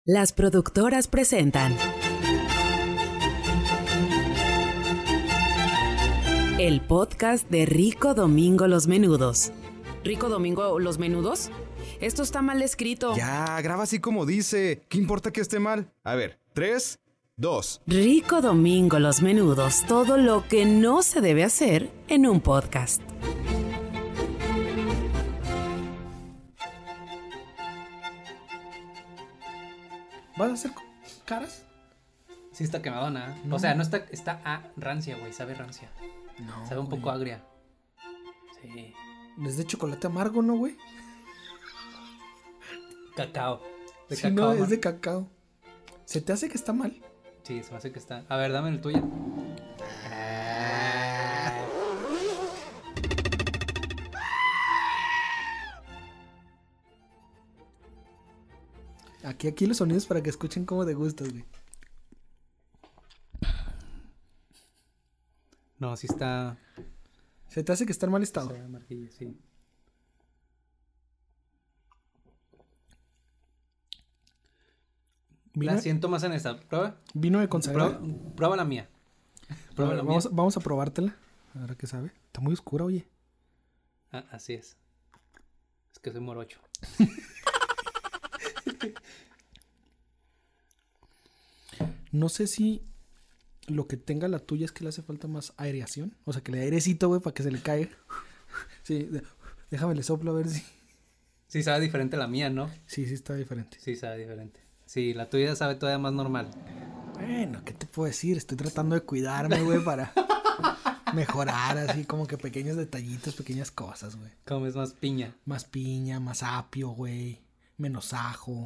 Las productoras presentan el podcast de Rico Domingo Los Menudos. ¿Rico Domingo Los Menudos? Esto está mal escrito. Ya, graba así como dice. ¿Qué importa que esté mal? A ver, 3, 2. Rico Domingo Los Menudos, todo lo que no se debe hacer en un podcast. ¿Vas a hacer caras? Sí está quemadona. No. O sea, no está rancia, güey. Sabe rancia. No. Sabe un poco agria. Sí. Es de chocolate amargo, ¿no, güey? Cacao. De Sí, cacao. no, es amargo. de cacao. ¿Se te hace que está mal? Sí, se me hace que está. A ver, dame el tuyo. Aquí los sonidos para que escuchen cómo te gustas, güey. No, sí está. ¿Se te hace que está en mal estado? Sabe amarguillo, sí. Vino, La siento más en esta. Prueba. vino de consagrado. Prueba la mía. Prueba la mía. Vamos a probártela. A ver qué sabe. Está muy oscura, oye. Ah, así es. Es que soy morocho. No sé si lo que tenga la tuya es que le hace falta más aireación. O sea, que le dé airecito, güey, para que se le caiga. Sí, déjame le soplo a ver si... Sí, sabe diferente la mía, ¿no? Sí, está diferente. Sí, sabe diferente. Sí, la tuya sabe todavía más normal. Bueno, ¿qué te puedo decir? Estoy tratando de cuidarme, güey, para mejorar así como que pequeños detallitos, pequeñas cosas, güey. Comes más piña. Más piña, más apio, güey. Menos ajo.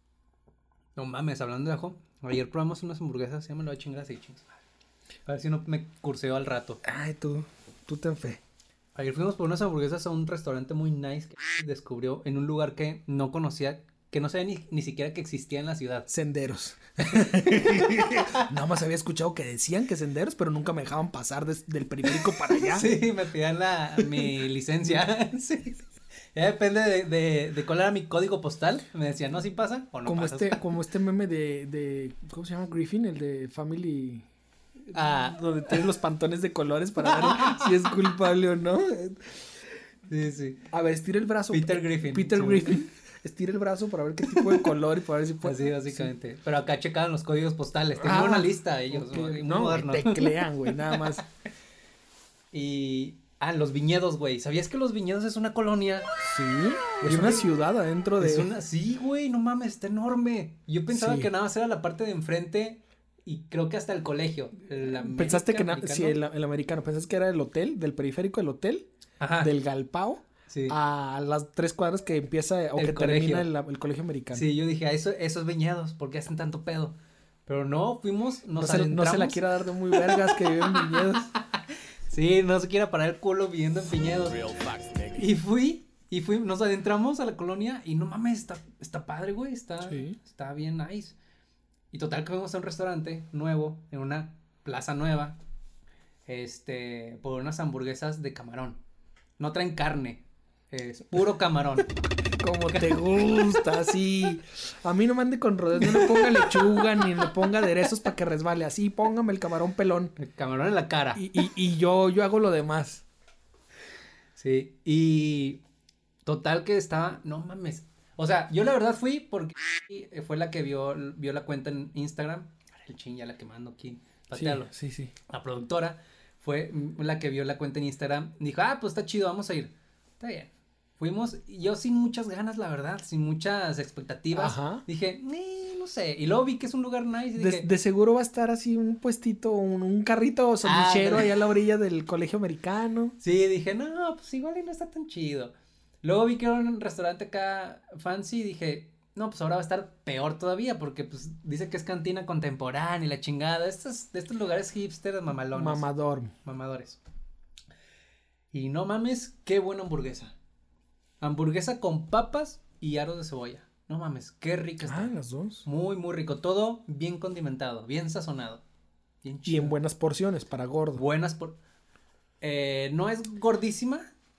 No mames, hablando de ajo, ayer probamos unas hamburguesas, ya me lo voy a chingar así, chingos. A ver si no me curseo al rato. Ay, tú ten fe. Ayer fuimos por unas hamburguesas a un restaurante muy nice que descubrió en un lugar que no conocía, que no sabía ni siquiera que existía en la ciudad. Senderos. Nada más había escuchado que decían que senderos, pero nunca me dejaban pasar del periférico para allá. Sí, me pedían mi licencia. Sí. Ya depende de cuál era mi código postal. Me decían, ¿no? ¿Sí pasa o no Como pasa? como este meme de ¿cómo se llama? Griffin, el de Family. Ah. Donde tienen los pantones de colores para ver si es culpable o no. Sí, sí. A ver, estira el brazo. Peter Griffin. Peter Sí. Griffin. Estira el brazo para ver qué tipo de color y para ver si puede. Así, básicamente. Pero acá checaban los códigos postales. Tenían Ah, una lista ellos. Ok, Muy no, moderno. teclean, güey, nada más. Y... los viñedos, güey. ¿Sabías que los viñedos es una colonia? Sí, Es es una una- ciudad adentro de. Sí, güey, no mames, está enorme. Yo pensaba Sí. que nada más era la parte de enfrente y creo que hasta el colegio. Pensaste que americano. sí, el americano, pensaste que era el hotel, del periférico del hotel, Ajá. del Galpao, Sí. a las 3 cuadras que empieza o El que colegio. termina el colegio americano. Sí, yo dije, esos viñedos, ¿por qué hacen tanto pedo? Pero no, fuimos, No nos se, no adentramos. se la quiera dar de muy vergas que viven viñedos. Sí, no se quiera parar el culo viviendo en viñedos. Y fui, nos adentramos a la colonia y no mames, está padre, güey, Sí. está bien nice. Y total que fuimos a un restaurante nuevo, en una plaza nueva, por unas hamburguesas de camarón. No traen carne, es puro camarón. Como te gusta, sí. A mí no me ande con rodeos, no le ponga lechuga ni le ponga aderezos para que resbale. Así, póngame el camarón pelón. El camarón en la cara. Y yo hago lo demás. Sí, y total que estaba, no mames. O sea, yo la verdad fui porque fue la que vio la cuenta en Instagram. El ching, ya la quemando aquí. Patealo. Sí. La productora fue la que vio la cuenta en Instagram. Dijo, pues está chido, vamos a ir. Está bien. Fuimos, y yo sin muchas ganas, la verdad, sin muchas expectativas. Ajá. Dije, no sé. Y luego vi que es un lugar nice y dije, De seguro va a estar así un puestito, un carrito sandwichero no. allá a la orilla del colegio americano. sí, dije, no, pues igual y no está tan chido. Luego vi que era un restaurante acá fancy y dije, no, pues ahora va a estar peor todavía porque pues dice que es cantina contemporánea y la chingada. De estos lugares hipsters mamalones. Mamadores. Y no mames, qué buena hamburguesa. Hamburguesa con papas y aros de cebolla. No mames, qué rica está. Las dos. Muy, muy rico. Todo bien condimentado, bien sazonado. Bien Y chido. en buenas porciones para gordo. Buenas por... no es gordísima.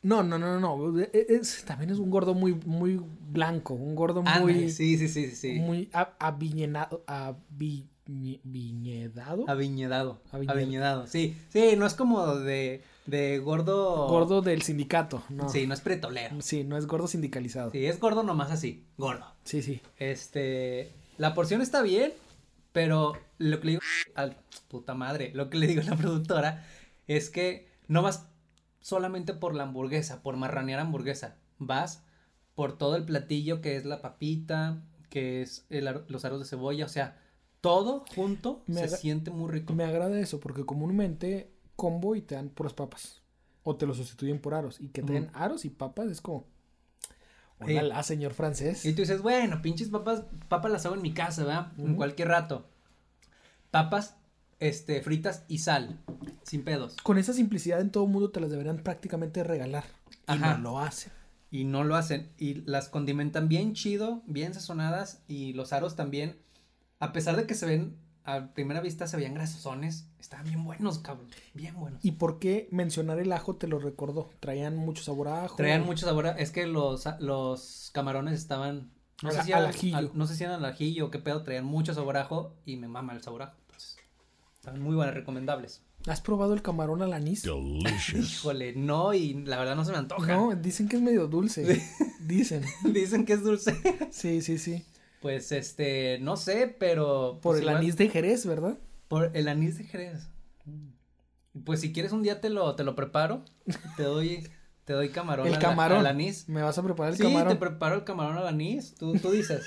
No. También es un gordo muy, muy blanco. Un gordo muy... Sí. Muy aviñenado. ¿Viñedado? Aviñedado. Sí, no es como de gordo. Gordo del sindicato, no. Sí, no es pretolero. Sí, no es gordo sindicalizado. Sí, es gordo nomás así, gordo. Sí. La porción está bien, pero lo que le digo puta madre, lo que le digo a la productora es que no vas solamente por la hamburguesa, por marranear hamburguesa, vas por todo el platillo que es la papita, que es los aros de cebolla, o sea, todo junto se siente muy rico. Me agrada eso porque comúnmente combo y te dan puras papas o te lo sustituyen por aros y que te den aros y papas es como hola, señor francés. Y tú dices, bueno, pinches papas las hago en mi casa, ¿verdad? En cualquier rato. Papas, fritas y sal, sin pedos. Con esa simplicidad en todo mundo te las deberían prácticamente regalar. Ajá. Y no lo hacen. Y no lo hacen. Y las condimentan bien chido, bien sazonadas. Y los aros también, a pesar de que se ven, a primera vista se veían grasosones, estaban bien buenos, cabrón. Bien buenos. ¿Y por qué mencionar el ajo te lo recordó? ¿Traían mucho sabor a ajo? Traían mucho sabor es que los camarones estaban... No sé si al ajillo. No sé si eran al ajillo o qué pedo, traían mucho sabor a ajo y me mama el sabor a ajo. Entonces, estaban muy buenas, recomendables. ¿Has probado el camarón al anís? Delicious. Híjole, no, y la verdad no se me antoja. No, dicen que es medio dulce. Dicen. Dicen que es dulce. Sí. Pues, no sé, pero... Por pues el igual, anís de Jerez, ¿verdad? Por el anís de Jerez. Pues si quieres un día te lo preparo. Te doy camarón. El camarón. Al anís. ¿Me vas a preparar el Sí, camarón? te preparo el camarón al anís. Tú dices.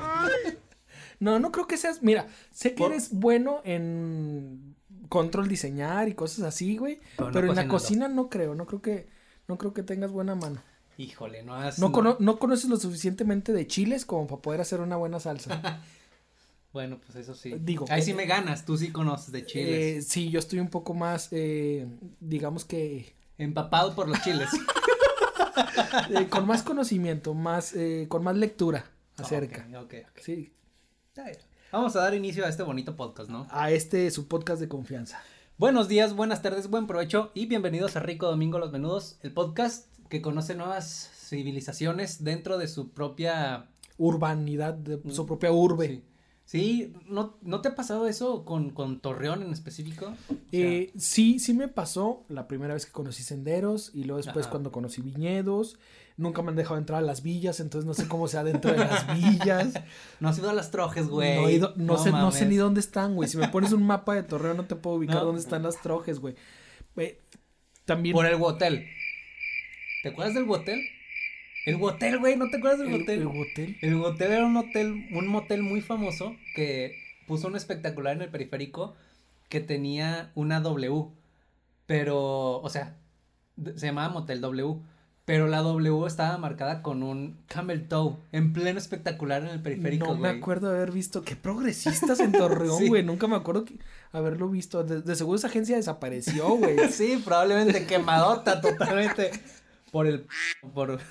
No creo que seas... Mira, sé que eres bueno en control diseñar y cosas así, güey. Pero en la cocina no creo que tengas buena mano. Híjole, no has... No conoces lo suficientemente de chiles como para poder hacer una buena salsa. Bueno, pues eso sí. Digo, ahí sí me ganas, tú sí conoces de chiles. Sí, yo estoy un poco más, digamos que... Empapado por los chiles. Con más conocimiento, con más lectura acerca. Ok. Sí. Vamos a dar inicio a este bonito podcast, ¿no? A su podcast de confianza. Buenos días, buenas tardes, buen provecho y bienvenidos a Rico Domingo Los Menudos, el podcast que conoce nuevas civilizaciones dentro de su propia... urbanidad, de su propia urbe. Sí, ¿no te ha pasado eso con Torreón en específico? O sea... Sí me pasó la primera vez que conocí senderos y luego después Ajá. cuando conocí viñedos. Nunca me han dejado entrar a las villas, entonces no sé cómo sea dentro de las villas. No has ido a las Trojes, güey. No he ido, no sé ni mames. dónde están, güey. Si me pones un mapa de Torreón no te puedo ubicar No. dónde están las Trojes, güey. También... Por el Wotel. ¿Te acuerdas del Wotel? El Wotel, güey, ¿no te acuerdas del Wotel? ¿El hotel? El Wotel era un motel muy famoso que puso un espectacular en el periférico que tenía una W, pero, o sea, se llamaba Motel W, pero la W estaba marcada con un camel toe en pleno espectacular en el periférico, No me güey. acuerdo de haber visto. Qué progresistas en Torreón, Sí. güey. Nunca me acuerdo haberlo visto. De seguro esa agencia desapareció, güey. Sí, probablemente quemadota totalmente por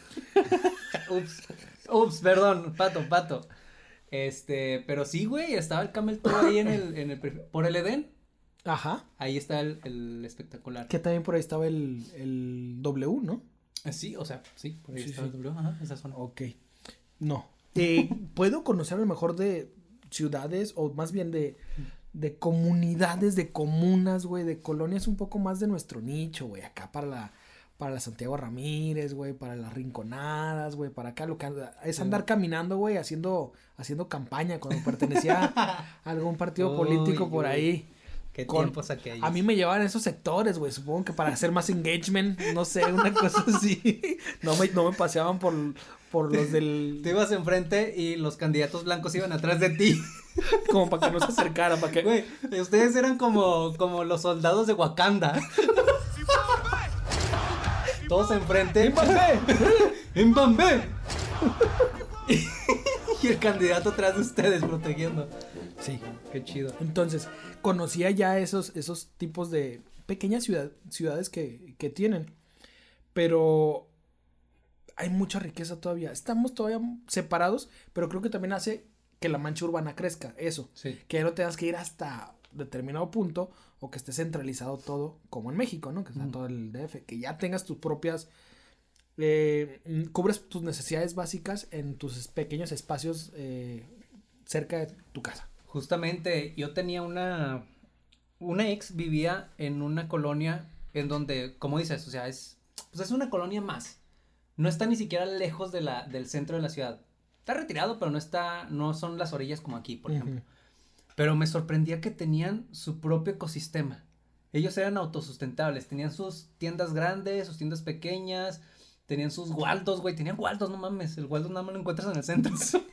ups, perdón, pato. Pero sí, güey, estaba el camel toe ahí por el Edén. Ajá. Ahí está el espectacular. Que también por ahí estaba el W, ¿no? Sí, o sea, sí, por ahí Sí, está sí. el W, ajá, esa zona. Ok. No. Puedo conocer a lo mejor de ciudades o más bien de comunidades, de comunas, güey, de colonias un poco más de nuestro nicho, güey. Acá para la Santiago Ramírez, güey, para las Rinconadas, güey, para acá lo que es andar caminando, güey, haciendo campaña cuando pertenecía a algún partido político por uy. ahí. Qué tiempos aquellos. A mí me llevaban a esos sectores, güey, supongo que para hacer más engagement, no sé, una cosa así. No me paseaban por los del... Te ibas enfrente y los candidatos blancos iban atrás de ti. Como para que no se acercara, para que... Güey, ustedes eran como los soldados de Wakanda. Todos enfrente. ¡Mbambe! Y el candidato atrás de ustedes protegiendo. Sí. Qué chido. Entonces, conocía ya esos tipos de pequeñas ciudades que tienen. Pero hay mucha riqueza todavía. Estamos todavía separados, pero creo que también hace que la mancha urbana crezca. Eso. Sí. Que no tengas que ir hasta determinado punto o que esté centralizado todo, como en México, ¿no? Que está todo el DF. Que ya tengas tus propias cubres tus necesidades básicas en tus pequeños espacios cerca de tu casa. Justamente, yo tenía una ex vivía en una colonia en donde, como dices, o sea, es una colonia más. No está ni siquiera lejos del centro de la ciudad. Está retirado, pero no son las orillas como aquí, por ejemplo. Pero me sorprendía que tenían su propio ecosistema. Ellos eran autosustentables, tenían sus tiendas grandes, sus tiendas pequeñas, tenían sus Waldos, güey, tenían Waldos, no mames, el Waldos nada más lo encuentras en el centro.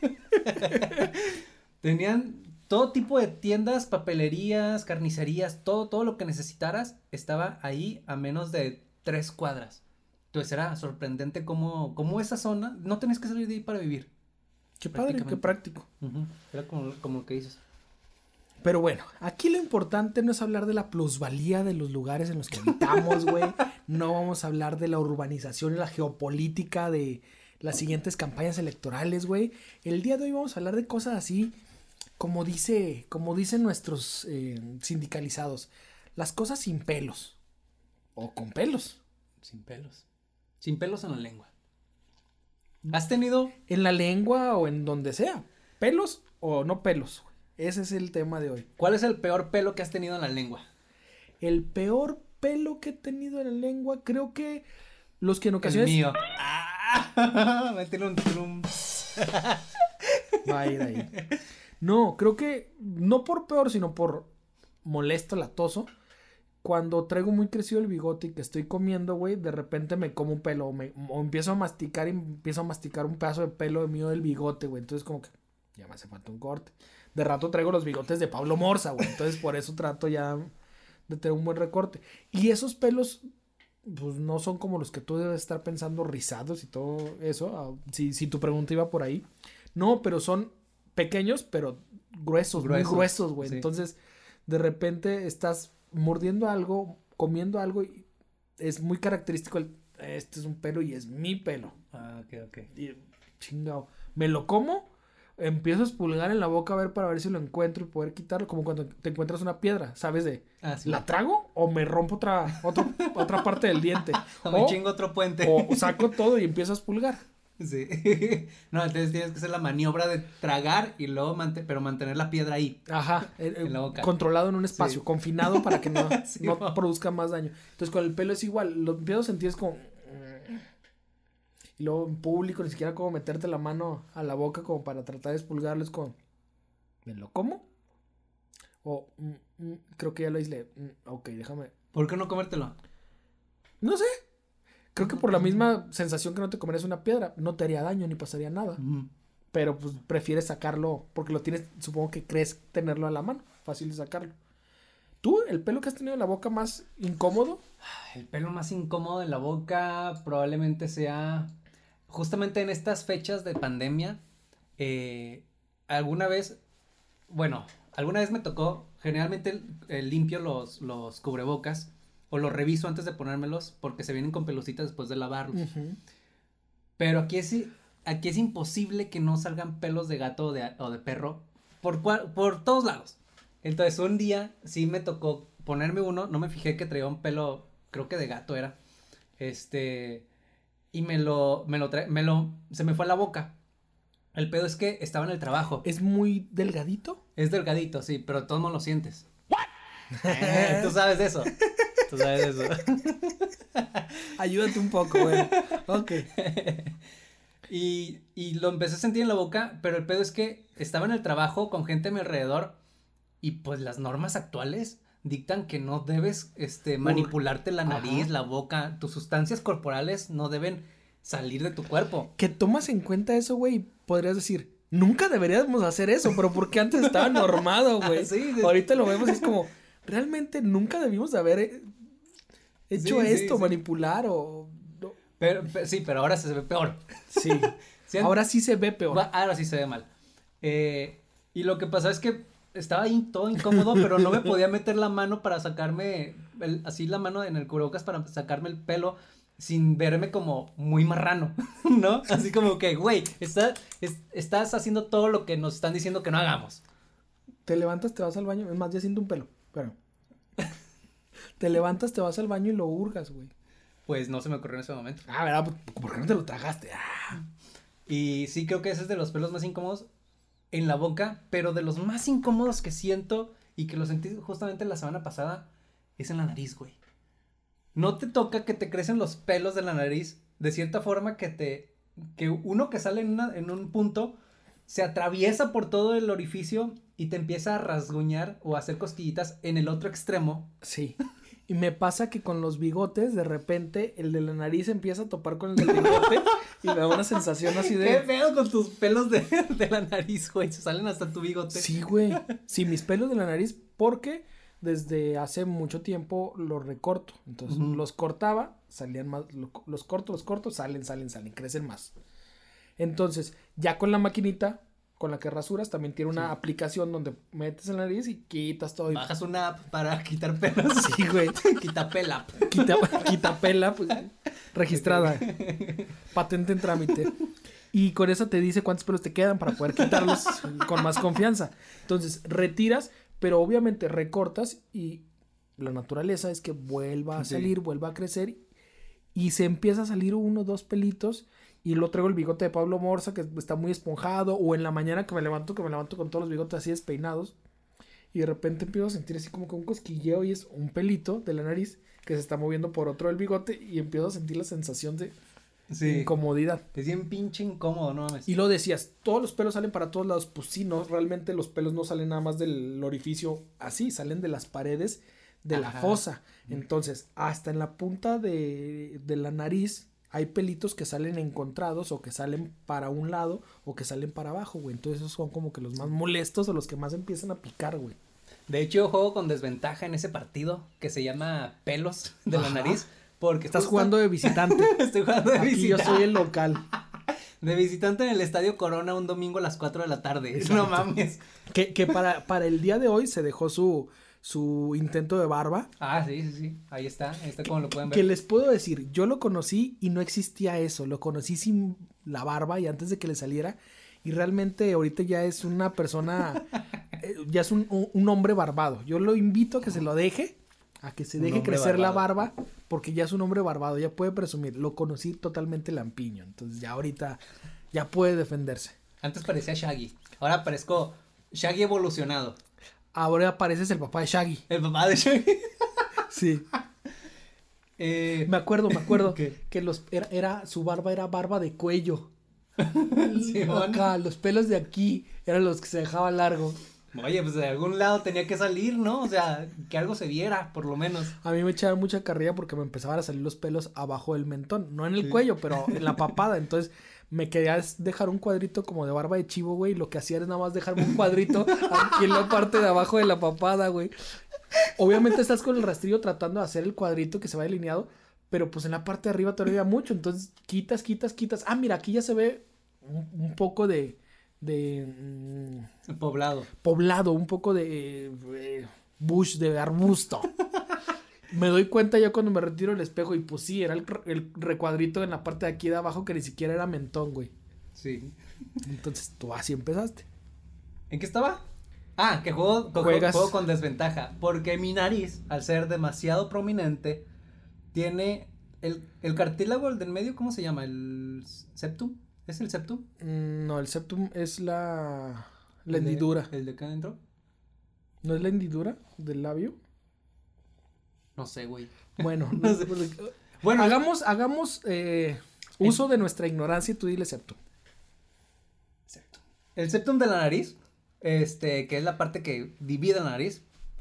Tenían todo tipo de tiendas, papelerías, carnicerías, todo lo que necesitaras estaba ahí a menos de 3 cuadras. Entonces era sorprendente cómo esa zona, no tenías que salir de ahí para vivir. Qué padre, qué práctico. Era como lo que dices. Pero bueno, aquí lo importante no es hablar de la plusvalía de los lugares en los que habitamos, güey. No vamos a hablar de la urbanización y la geopolítica de las siguientes campañas electorales, güey. El día de hoy vamos a hablar de cosas así, como dicen nuestros sindicalizados. Las cosas sin pelos. O con pelos. Sin pelos. Sin pelos en la lengua. ¿Has tenido? En la lengua o en donde sea. ¿Pelos o no pelos, güey? Ese es el tema de hoy. ¿Cuál es el peor pelo que has tenido en la lengua? El peor pelo que he tenido en la lengua, creo que los que en ocasiones... El mío. Me tiene un trum. Va a ir ahí. No, creo que no por peor, sino por molesto, latoso. Cuando traigo muy crecido el bigote y que estoy comiendo, güey, de repente me como un pelo o empiezo a masticar y empiezo a masticar un pedazo de pelo mío del bigote, güey. Entonces como que ya me hace falta un corte. De rato traigo los bigotes de Pablo Morza, güey. Entonces por eso trato ya de tener un buen recorte. Y esos pelos, pues no son como los que tú debes estar pensando rizados y todo eso. Si tu pregunta iba por ahí. No, pero son pequeños, pero gruesos. Muy gruesos, güey. Sí. Entonces, de repente estás mordiendo algo, comiendo algo y es muy característico este es un pelo y es mi pelo. Ah, ok. Y, chingado. Me lo como, empiezo a expulgar en la boca para ver si lo encuentro y poder quitarlo, como cuando te encuentras una piedra, ¿sabes? Sí. ¿La trago o me rompo otra parte del diente? O me chingo otro puente. O saco todo y empiezo a expulgar. Sí. No, entonces tienes que hacer la maniobra de tragar y luego pero mantener la piedra ahí. Ajá. En la boca. Controlado en un espacio, sí. Confinado para que no, sí, no produzca más daño. Entonces con el pelo es igual, lo empiezo a sentir es como... Y luego en público ni siquiera como meterte la mano a la boca como para tratar de expulgarlo, es como... ¿Me lo como? O creo que ya lo hice. Ok, déjame... ¿Por qué no comértelo? No sé. Creo que por la misma sensación que no te comerías una piedra, no te haría daño ni pasaría nada. Pero pues prefieres sacarlo porque lo tienes, supongo que crees tenerlo a la mano, fácil de sacarlo. ¿Tú, el pelo que has tenido en la boca más incómodo? El pelo más incómodo en la boca probablemente sea justamente en estas fechas de pandemia. Alguna vez me tocó, generalmente limpio los cubrebocas. O los reviso antes de ponérmelos porque se vienen con pelucitas después de lavarlos. Pero aquí es imposible que no salgan pelos de gato o de perro por todos lados. Entonces un día sí me tocó ponerme uno, no me fijé que traía un pelo, creo que de gato era. Y se me fue a la boca. El pedo es que estaba en el trabajo. ¿Es muy delgadito? Es delgadito, sí, pero de todos modos lo sientes. Tú sabes de eso. Ayúdate un poco, güey. Ok. Y lo empecé a sentir en la boca, pero el pedo es que estaba en el trabajo con gente a mi alrededor y pues las normas actuales dictan que no debes manipularte la nariz, la boca, tus sustancias corporales no deben salir de tu cuerpo. Que tomas en cuenta eso, güey, podrías decir, nunca deberíamos hacer eso, pero porque antes estaba normado, güey. Sí, ahorita lo vemos y es como, realmente nunca debimos de haber hecho esto, manipular o... No. Pero ahora se ve peor. Sí, ahora sí se ve peor. Ahora sí se ve mal. Y lo que pasó es que estaba ahí todo incómodo, pero no me podía meter la mano para sacarme, así la mano en el cubrebocas para sacarme el pelo sin verme como muy marrano, ¿no? Así como que, güey, estás haciendo todo lo que nos están diciendo que no hagamos. Te levantas, te vas al baño, es más, ya siento un pelo, pero... Te levantas, te vas al baño y lo hurgas, güey. pues no se me ocurrió en ese momento. ¿Verdad? ¿Por qué no te lo tragaste? Y sí creo que ese es de los pelos más incómodos en la boca, pero de los más incómodos que siento y que lo sentí justamente la semana pasada es en la nariz, güey. ¿No te toca que te crecen los pelos de la nariz de cierta forma que uno que sale en un punto se atraviesa por todo el orificio y te empieza a rasguñar o a hacer cosquillitas en el otro extremo? Sí. Y me pasa que con los bigotes, de repente, el de la nariz empieza a topar con el del bigote y me da una sensación así de... ¿Qué pedo con tus pelos de la nariz, güey? Se salen hasta tu bigote. Sí, güey. Sí, mis pelos de la nariz, porque desde hace mucho tiempo los recorto. Entonces, los cortaba, salían más, los corto, salen, crecen más. Entonces, ya con la maquinita con la que rasuras, también tiene una aplicación donde metes en la nariz y quitas todo. Bajas una app para quitar pelos. Sí, güey. Quitapela. Quitapela, pues, registrada. Patente en trámite. Y con eso te dice cuántos pelos te quedan para poder quitarlos con más confianza. Entonces, retiras, pero obviamente recortas y la naturaleza es que vuelva a salir, vuelva a crecer y se empieza a salir 1 o 2 pelitos. Y luego traigo el bigote de Pablo Morza, que está muy esponjado. O en la mañana que me levanto con todos los bigotes así despeinados. Y de repente empiezo a sentir así como que un cosquilleo. Y es un pelito de la nariz que se está moviendo por otro del bigote. Y empiezo a sentir la sensación de incomodidad. Es bien pinche incómodo, ¿no? Y lo decías, todos los pelos salen para todos lados. Pues sí, no, realmente los pelos no salen nada más del orificio así. Salen de las paredes de la fosa. Entonces, hasta en la punta de la nariz... hay pelitos que salen encontrados o que salen para un lado o que salen para abajo, güey. Entonces esos son como que los más molestos o los que más empiezan a picar, güey. De hecho, yo juego con desventaja en ese partido que se llama pelos de la nariz. Porque estás jugando de visitante. Estoy jugando de visitante. Yo soy el local. De visitante en el Estadio Corona un domingo a las 4 de la tarde. Exacto. No mames. Que para el día de hoy se dejó su intento de barba. Ah, sí. Ahí está como lo pueden ver. Que les puedo decir, yo lo conocí y no existía eso. Lo conocí sin la barba y antes de que le saliera. Y realmente ahorita ya es una persona, ya es un hombre barbado. Yo lo invito a que se lo deje, a que se deje crecer la barba, porque ya es un hombre barbado, ya puede presumir. Lo conocí totalmente lampiño, entonces ya ahorita ya puede defenderse. Antes parecía Shaggy, ahora parezco Shaggy evolucionado. Ahora pareces el papá de Shaggy. El papá de Shaggy. Sí. Me acuerdo que su barba era barba de cuello. Sí, acá, los pelos de aquí eran los que se dejaban largo. Oye, pues de algún lado tenía que salir, ¿no? O sea, que algo se viera, por lo menos. A mí me echaban mucha carrilla porque me empezaban a salir los pelos abajo del mentón. No en el cuello, pero en la papada. Entonces me quería dejar un cuadrito como de barba de chivo, güey. Y lo que hacía era nada más dejarme un cuadrito aquí en la parte de abajo de la papada, güey. Obviamente estás con el rastrillo tratando de hacer el cuadrito que se vaya alineado. Pero pues en la parte de arriba todavía mucho. Entonces quitas. Ah, mira, aquí ya se ve un poco de poblado, un poco de bush, de arbusto. Me doy cuenta ya cuando me retiro el espejo y pues sí, era el recuadrito en la parte de aquí de abajo que ni siquiera era mentón, güey. Sí. Entonces tú así empezaste. ¿En qué estaba? Ah, que juego con desventaja, porque mi nariz, al ser demasiado prominente, tiene el cartílago, el del medio, ¿cómo se llama? ¿El septum? ¿Es el septum? No, el septum es la hendidura. ¿El de acá adentro? ¿No es la hendidura del labio? No sé, güey. Bueno, no sé. Bueno, hagamos uso de nuestra ignorancia y tú dile septum. El septum de la nariz, que es la parte que divide la nariz,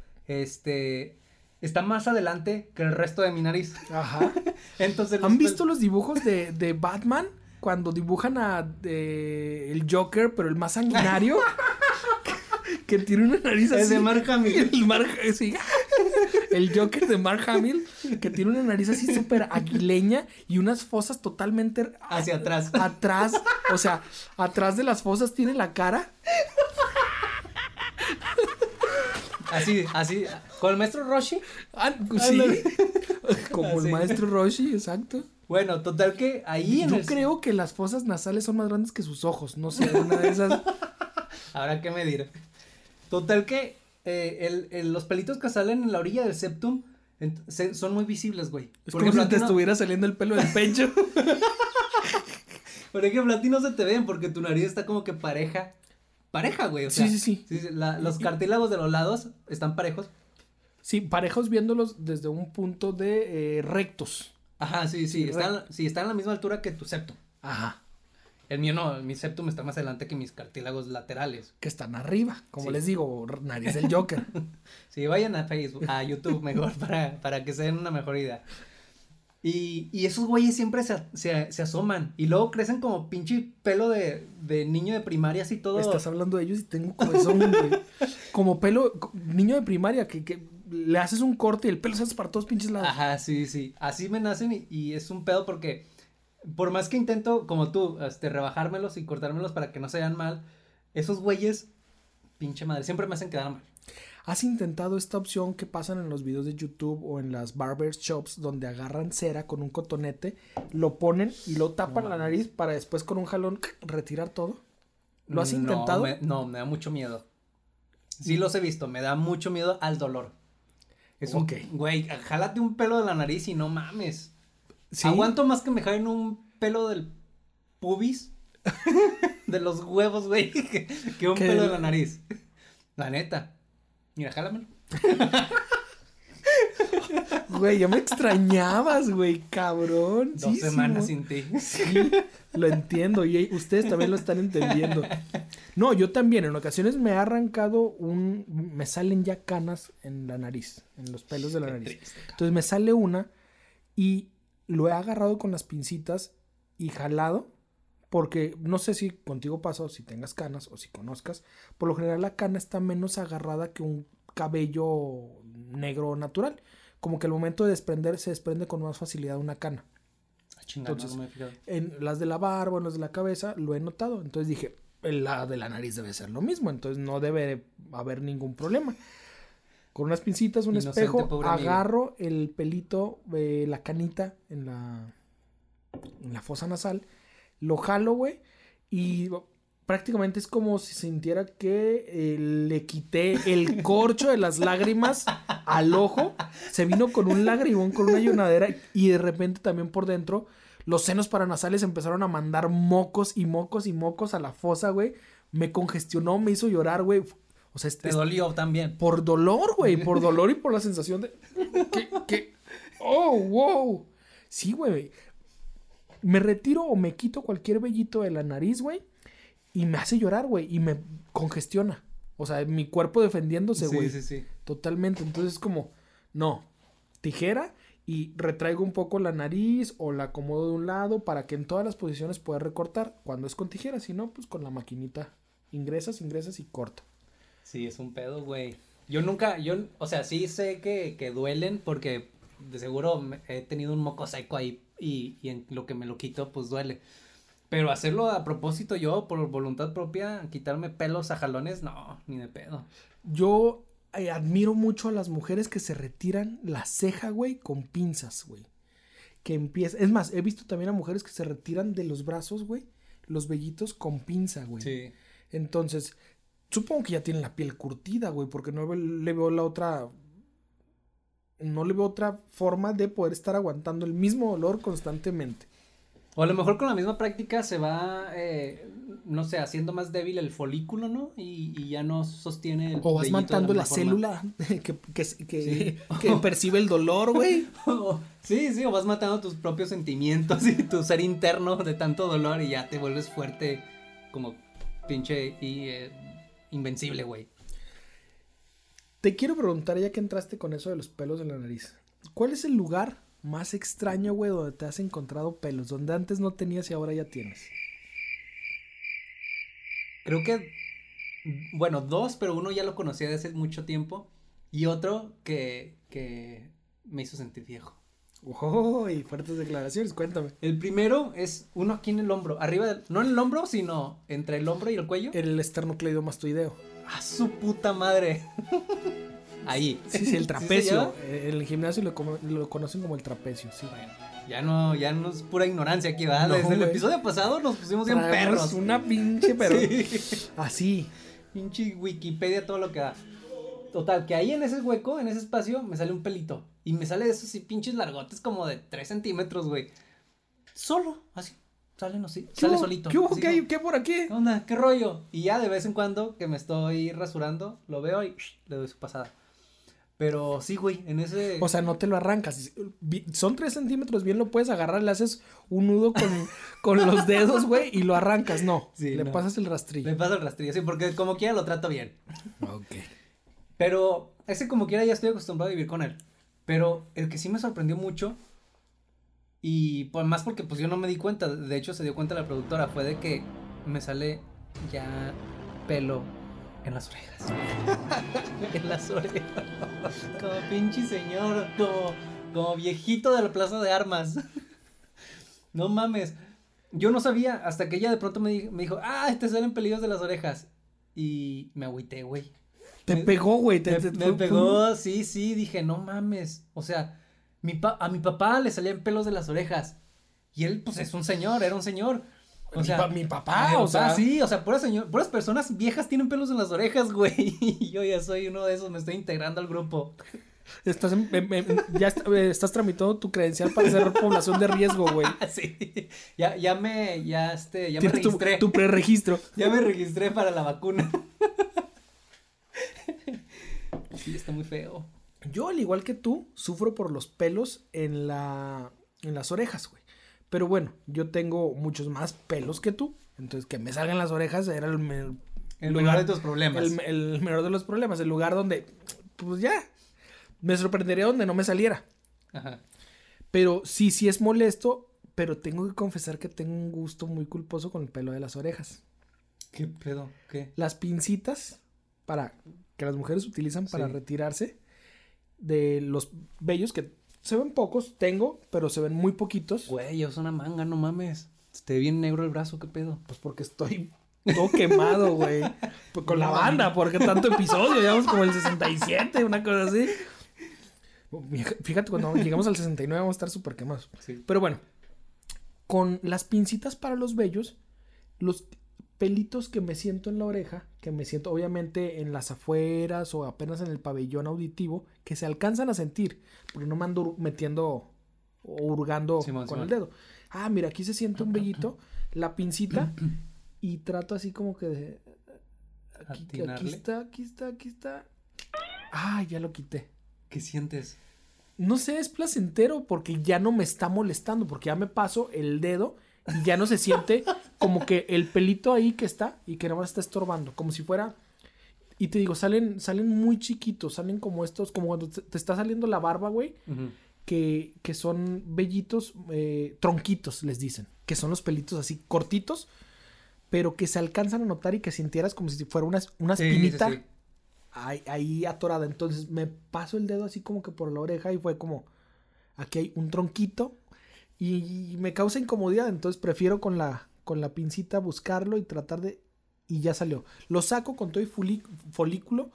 está más adelante que el resto de mi nariz. Ajá. Entonces, ¿han visto los dibujos de Batman? Cuando dibujan el Joker, pero el más sanguinario, que tiene una nariz así. Es de Mark Hamill. Sí. El Joker de Mark Hamill, que tiene una nariz así súper aguileña y unas fosas totalmente hacia atrás. Atrás, o sea, atrás de las fosas tiene la cara. Así, ¿con el maestro Roshi? Sí, como el maestro Roshi, exacto. Bueno, total que ahí yo creo que las fosas nasales son más grandes que sus ojos, no sé, una de esas. Habrá que medir. Total que los pelitos que salen en la orilla del septum Son muy visibles, güey. Es como si te estuviera saliendo el pelo del pecho. Por ejemplo, a ti no se te ven porque tu nariz está como que pareja, güey, o sea. Sí. Los cartílagos de los lados están parejos. Sí, parejos viéndolos desde un punto de rectos. Ajá, sí, están a la misma altura que tu septum. Ajá. El mío no, mi septum está más adelante que mis cartílagos laterales. Que están arriba, como les digo, nariz del Joker. Sí, vayan a Facebook, a YouTube mejor para que se den una mejor idea. Y esos güeyes siempre se asoman y luego crecen como pinche pelo de niño de primaria así todo. Estás hablando de ellos y tengo comezón, güey. Como pelo, niño de primaria que le haces un corte y el pelo se hace para todos pinches lados. Ajá, sí. Así me nacen y es un pedo porque por más que intento, como tú, rebajármelos y cortármelos para que no se vean mal, esos güeyes, pinche madre, siempre me hacen quedar mal. ¿Has intentado esta opción que pasan en los videos de YouTube o en las barber shops donde agarran cera con un cotonete, lo ponen y lo tapan la nariz para después con un jalón retirar todo? ¿Lo has intentado? No, me da mucho miedo. Sí los he visto, me da mucho miedo al dolor. Güey, jálate un pelo de la nariz y no mames. ¿Sí? Aguanto más que me jalen un pelo del pubis, de los huevos, güey, que un pelo de la nariz. La neta. Mira, jálamelo. Güey, ya me extrañabas, güey, cabrón. 2 semanas sin ti. Sí, lo entiendo y ustedes también lo están entendiendo. No, yo también, en ocasiones me ha arrancado me salen ya canas en la nariz, en los pelos de la nariz. Entonces me sale una y lo he agarrado con las pincitas y jalado. Porque no sé si contigo pasa o si tengas canas o si conozcas. Por lo general la cana está menos agarrada que un cabello negro natural. Como que al momento de desprender se desprende con más facilidad una cana. Entonces, no me he fijado. En las de la barba, en las de la cabeza, lo he notado. Entonces dije, la de la nariz debe ser lo mismo. Entonces no debe haber ningún problema. Con unas pincitas, un espejo, agarro el pelito, la canita en la fosa nasal. Lo jalo, güey, y prácticamente es como si sintiera que le quité el corcho de las lágrimas al ojo. Se vino con un lagrimón, con una lloradera, y de repente también por dentro los senos paranasales empezaron a mandar mocos y mocos y mocos a la fosa, güey. Me congestionó, me hizo llorar, güey. O sea, te dolió también. Por dolor, güey, por dolor y por la sensación de... ¡Oh, wow! Sí, güey. Me retiro o me quito cualquier vellito de la nariz, güey, y me hace llorar, güey, y me congestiona. O sea, mi cuerpo defendiéndose, güey. Sí. Totalmente. Entonces es como, no, tijera y retraigo un poco la nariz o la acomodo de un lado para que en todas las posiciones pueda recortar. Cuando es con tijera, si no, pues con la maquinita. Ingresas y corta. Sí, es un pedo, güey. O sea, sí sé que duelen porque de seguro he tenido un moco seco ahí. Y en lo que me lo quito, pues duele. Pero hacerlo a propósito yo, por voluntad propia, quitarme pelos a jalones, no, ni de pedo. Yo admiro mucho a las mujeres que se retiran la ceja, güey, con pinzas, güey. Es más, he visto también a mujeres que se retiran de los brazos, güey, los vellitos con pinza, güey. Sí. Entonces, supongo que ya tienen la piel curtida, güey, porque no le veo otra forma de poder estar aguantando el mismo dolor constantemente. O a lo mejor con la misma práctica se va, no sé, haciendo más débil el folículo, ¿no? Y ya no sostiene el o vas matando la célula que percibe el dolor, güey. Sí, o vas matando tus propios sentimientos y tu ser interno de tanto dolor y ya te vuelves fuerte como pinche invencible, güey. Te quiero preguntar, ya que entraste con eso de los pelos en la nariz, ¿cuál es el lugar más extraño, güey, donde te has encontrado pelos? Donde antes no tenías y ahora ya tienes. Creo que, bueno, 2, pero uno ya lo conocía desde hace mucho tiempo. Y otro que me hizo sentir viejo. ¡Uy! Fuertes declaraciones, cuéntame. El primero es uno aquí en el hombro. Arriba, no en el hombro, sino entre el hombro y el cuello. El esternocleidomastoideo. ¡A su puta madre! Ahí. Sí, el trapecio. ¿Sí en el gimnasio lo conocen como el trapecio, sí. Bueno, ya no es pura ignorancia aquí, ¿verdad? No, desde el episodio pasado nos pusimos bien perros. Una pinche perro. Sí. Así. Pinche Wikipedia, todo lo que da. Total, que ahí en ese hueco, en ese espacio, me sale un pelito. Y me sale de esos pinches largotes como de 3 centímetros, güey. Solo, así. Salen así, sale solito. ¿Qué hubo? Así ¿Qué, como, ¿Qué por aquí? ¿qué onda? ¿Qué rollo? Y ya de vez en cuando que me estoy rasurando, lo veo y le doy su pasada. Pero sí, güey, en ese... O sea, no te lo arrancas. Son 3 centímetros, bien lo puedes agarrar, le haces un nudo con los dedos, güey, y lo arrancas. No, Sí, le no. pasas el rastrillo. Le paso el rastrillo, sí, porque como quiera lo trato bien. Ok. Pero ese como quiera ya estoy acostumbrado a vivir con él. Pero el que sí me sorprendió mucho, y pues más porque pues yo no me di cuenta, de hecho se dio cuenta la productora, fue de que me sale ya pelo en las orejas. En las orejas. Como pinche señor, como viejito de la plaza de armas. No mames. Yo no sabía hasta que ella de pronto me dijo, te salen pelillos de las orejas. Y me agüité, güey. Te pegó, güey. Me pegó, sí, dije, no mames. O sea, a mi papá le salían pelos de las orejas. Y él, pues, es un señor, era un señor. O sea, mi papá, o sea. Sí, o sea, puras personas viejas tienen pelos en las orejas, güey. Y yo ya soy uno de esos, me estoy integrando al grupo. Estás tramitando tu credencial para ser población de riesgo, güey. Sí, ya me registré. Tu preregistro. Ya me registré para la vacuna. Sí, está muy feo. Yo, al igual que tú, sufro por los pelos en las orejas, güey. Pero bueno, yo tengo muchos más pelos que tú. Entonces, que me salgan las orejas era el menor de tus problemas. El menor de los problemas. El lugar donde, pues ya, me sorprendería donde no me saliera. Ajá. Pero sí es molesto, pero tengo que confesar que tengo un gusto muy culposo con el pelo de las orejas. ¿Qué pedo? ¿Qué? Las pincitas que las mujeres utilizan para retirarse de los vellos, que se ven pocos, pero se ven muy poquitos. Güey, yo uso una manga, no mames. Se te ve bien negro el brazo, ¿qué pedo? Pues porque estoy todo quemado, güey. Pues con la banda, porque tanto episodio, llevamos como el 67, una cosa así. Fíjate, cuando llegamos al 69 vamos a estar súper quemados. Sí. Pero bueno, con las pincitas para los vellos, los pelitos que me siento en la oreja, que me siento obviamente en las afueras o apenas en el pabellón auditivo, que se alcanzan a sentir, porque no me ando metiendo o hurgando con el dedo. Mira, aquí se siente un vellito, la pincita, y trato así como que aquí está. Ya lo quité. ¿Qué sientes? No sé, es placentero porque ya no me está molestando, porque ya me paso el dedo y ya no se siente como que el pelito ahí que está y que nada más está estorbando, como si fuera. Y te digo, salen muy chiquitos, salen como estos, como cuando te está saliendo la barba, güey, Uh-huh. que son vellitos, tronquitos, les dicen, que son los pelitos así cortitos, pero que se alcanzan a notar y que sintieras como si fuera una espinita. Sí. Ahí atorada. Entonces me paso el dedo así como que por la oreja y fue como, aquí hay un tronquito y me causa incomodidad, entonces prefiero con la pincita buscarlo y tratar y ya salió. Lo saco con todo y folículo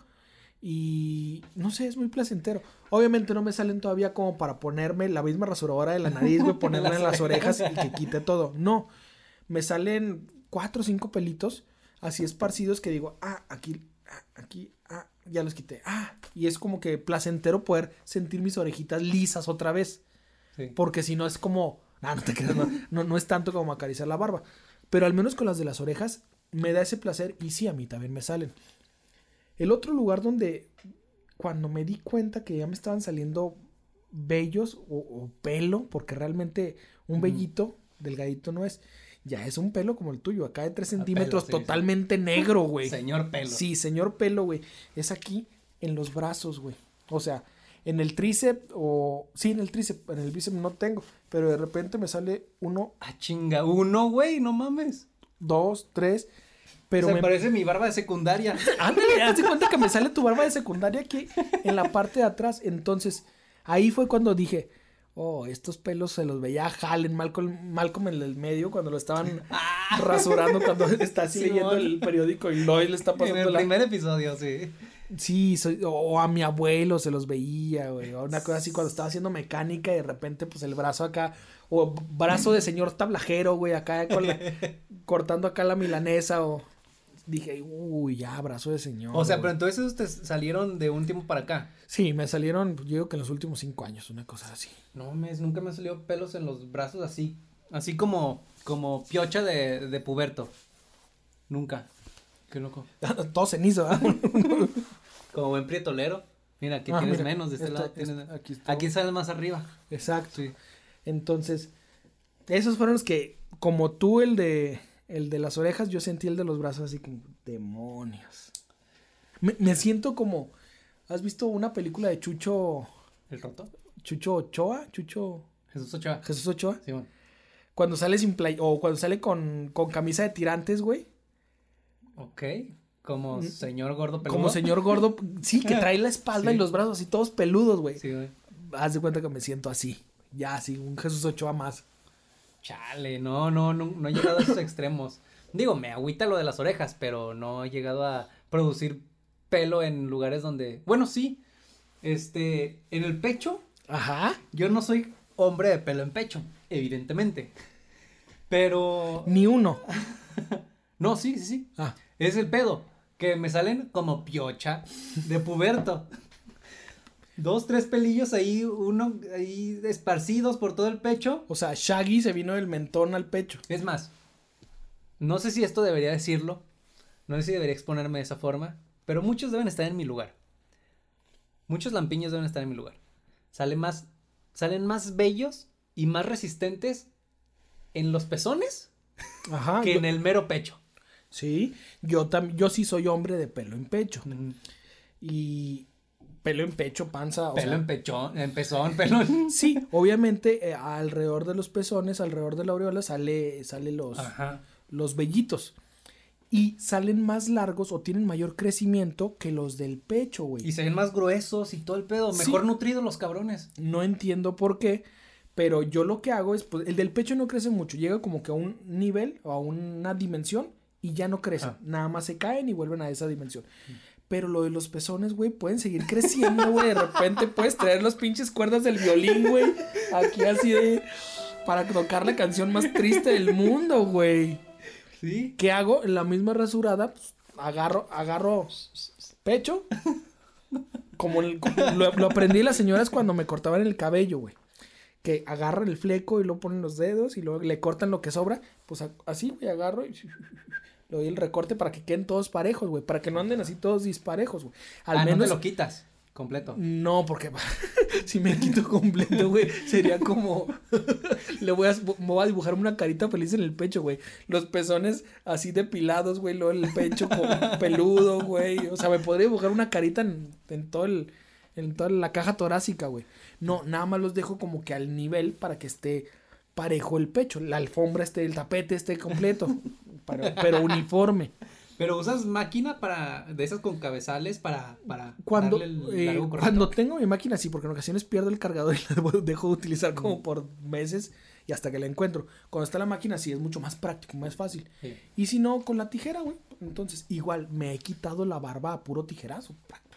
y no sé, es muy placentero. Obviamente no me salen todavía como para ponerme la misma rasuradora de la nariz, güey, ponerla en las orejas y que quite todo. No, me salen 4 o 5 pelitos así esparcidos que digo, aquí, ya los quité. Y es como que placentero poder sentir mis orejitas lisas otra vez. Sí. Porque si no es como, no te creas, no es tanto como acariciar la barba. Pero al menos con las de las orejas me da ese placer y sí, a mí también me salen. El otro lugar donde cuando me di cuenta que ya me estaban saliendo vellos o pelo, porque realmente un vellito delgadito no es, ya es un pelo como el tuyo, acá de 3 centímetros, pelo, sí, totalmente negro, güey. Señor pelo. Sí, señor pelo, güey. Es aquí en los brazos, güey. O sea, en el tríceps en el tríceps, en el bíceps no tengo, pero de repente me sale uno. Chinga, uno, güey, no mames. 2, 3, pero me parece mi barba de secundaria. Ándale, hazte cuenta que me sale tu barba de secundaria aquí en la parte de atrás. Entonces, ahí fue cuando dije, estos pelos se los veía a Hallen, Malcolm en el medio, cuando lo estaban rasurando, cuando está así leyendo el periódico y Lloyd le está pasando en el primer episodio, sí. Sí, o a mi abuelo se los veía, güey, o una cosa así cuando estaba haciendo mecánica y de repente, pues, el brazo acá, o brazo de señor tablajero, güey, acá cortando acá la milanesa, dije, uy, ya, brazo de señor. O sea, güey. pero entonces esos te salieron de un tiempo para acá. Sí, me salieron, yo digo que en los últimos 5 años, una cosa así. No, nunca me salió pelos en los brazos así. Así como piocha de puberto. Nunca. Qué loco. Todo cenizo, ¿ah? Como buen prietolero. Mira, aquí Ah, tienes mira, menos de este lado. aquí está. Sales más arriba. Exacto. Sí. Entonces, esos fueron los que, como tú, el de las orejas, yo sentí el de los brazos así como, demonios. Me siento como, ¿has visto una película de Chucho ¿El roto? Ochoa? Jesús Ochoa. Jesús Ochoa. Sí, bueno. Cuando sale sin play, o cuando sale con camisa de tirantes, güey. Ok. Como señor gordo peludo. Como señor gordo, sí, que trae la espalda Sí. y los brazos así todos peludos, güey. Sí, güey. Haz de cuenta que me siento así. Ya, así, un Jesús Ochoa más. Chale, no he llegado a esos extremos. Digo, me agüita lo de las orejas, pero no he llegado a producir pelo en lugares donde... Bueno, sí, en el pecho, Ajá. yo no soy hombre de pelo en pecho, evidentemente. Pero... Ni uno. No, sí. Ah. Es el pedo, que me salen como piocha de puberto. 2, 3 pelillos ahí, uno ahí esparcidos por todo el pecho. O sea, Shaggy se vino del mentón al pecho. Es más, no sé si esto debería decirlo, no sé si debería exponerme de esa forma, pero muchos deben estar en mi lugar. Muchos lampiños deben estar en mi lugar. Salen más bellos y más resistentes en los pezones Ajá. que en el mero pecho. Sí, yo sí soy hombre de pelo en pecho. Y pelo en pecho, panza. Pelo en pezón, pelo en... Sí, obviamente alrededor de los pezones, alrededor de la aureola sale Ajá. los vellitos. Y salen más largos o tienen mayor crecimiento que los del pecho, güey. Y se ven más gruesos y todo el pedo, Sí. mejor nutridos los cabrones. No entiendo por qué, pero yo lo que hago es, pues, el del pecho no crece mucho, llega como que a un nivel o a una dimensión y ya no crecen, nada más se caen y vuelven a esa dimensión. Pero lo de los pezones, güey, pueden seguir creciendo, güey, de repente puedes traer las pinches cuerdas del violín, güey, aquí así de, para tocar la canción más triste del mundo, güey. ¿Sí? ¿Qué hago? En la misma rasurada, pues, agarro pecho, como lo aprendí las señoras cuando me cortaban el cabello, güey. Que agarran el fleco y lo ponen los dedos y luego le cortan lo que sobra. Pues así, güey, agarro y le doy el recorte para que queden todos parejos, güey. Para que no anden así todos disparejos, güey. Al menos... no te lo quitas completo. No, porque si me quito completo, güey, sería como... me voy a dibujar una carita feliz en el pecho, güey. Los pezones así depilados, güey. Luego el pecho peludo, güey. O sea, me podría dibujar una carita en toda la caja torácica, güey. No, nada más los dejo como que al nivel para que esté parejo el pecho. La alfombra el tapete esté completo. Pero uniforme. Pero usas máquina de esas con cabezales para Cuando, darle el largo correcto. cuando tengo mi máquina sí, porque en ocasiones pierdo el cargador y la dejo de utilizar como por meses y hasta que la encuentro. Cuando está la máquina sí es mucho más práctico, más fácil. Sí. Y si no, con la tijera, güey. Entonces, igual, me he quitado la barba a puro tijerazo.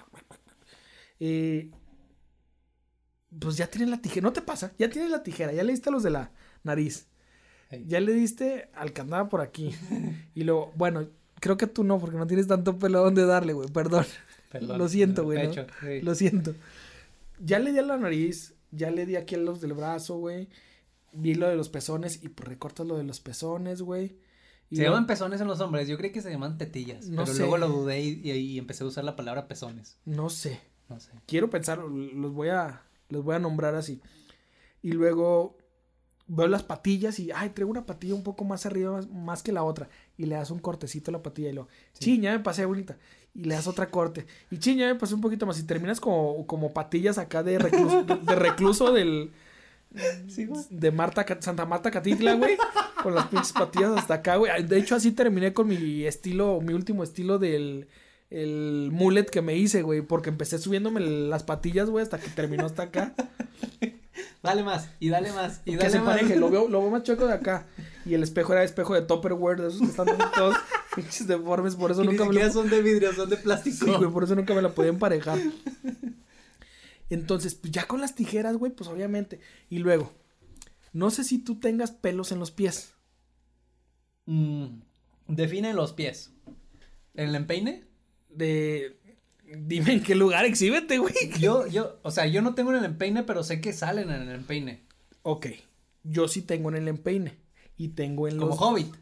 Pues ya tienes la tijera, ¿no te pasa? Ya tienes la tijera, ya le diste a los de la nariz. Hey. Ya le diste al que andaba por aquí. Y luego, bueno, creo que tú no, porque no tienes tanto pelo a donde darle, güey, perdón. Lo siento, güey, ¿no? Sí. Lo siento. Ya le di a la nariz, ya le di aquí a los del brazo, güey. Vi lo de los pezones y pues recortas lo de los pezones, güey. Se llaman pezones en los hombres, yo creí que se llaman tetillas, No pero sé. luego lo dudé y empecé a usar la palabra pezones. No sé. No sé. Quiero pensar, los voy a nombrar así. Y luego veo las patillas y, ay, traigo una patilla un poco más arriba, más que la otra. Y le das un cortecito a la patilla y luego, chin, ya me pasé, bonita. Y le das otra corte. Y chin, ya me pasé un poquito más. Y terminas como patillas acá de recluso del... Sí, güey. De Santa Marta Catitla, güey. Con las pinches patillas hasta acá, güey. De hecho, así terminé con mi último estilo del el mullet que me hice, güey. Porque empecé subiéndome las patillas, güey, hasta que terminó hasta acá. Dale más, y dale más, y Que dale se más. pareje, lo veo más chueco de acá. Y el espejo era espejo de Tupperware, de esos que están todos pinches deformes. Por eso Y ni nunca me siquiera lo... son de vidrio, son de plástico. Sí, güey, por eso nunca me la podía emparejar. Entonces, pues ya con las tijeras, güey, pues obviamente. Y luego, no sé si tú tengas pelos en los pies. Define los pies. ¿En el empeine? Dime en qué lugar, exhíbete, güey. O sea, yo no tengo en el empeine, pero sé que salen en el empeine. Ok, yo sí tengo en el empeine. Y tengo en Como los... Hobbit.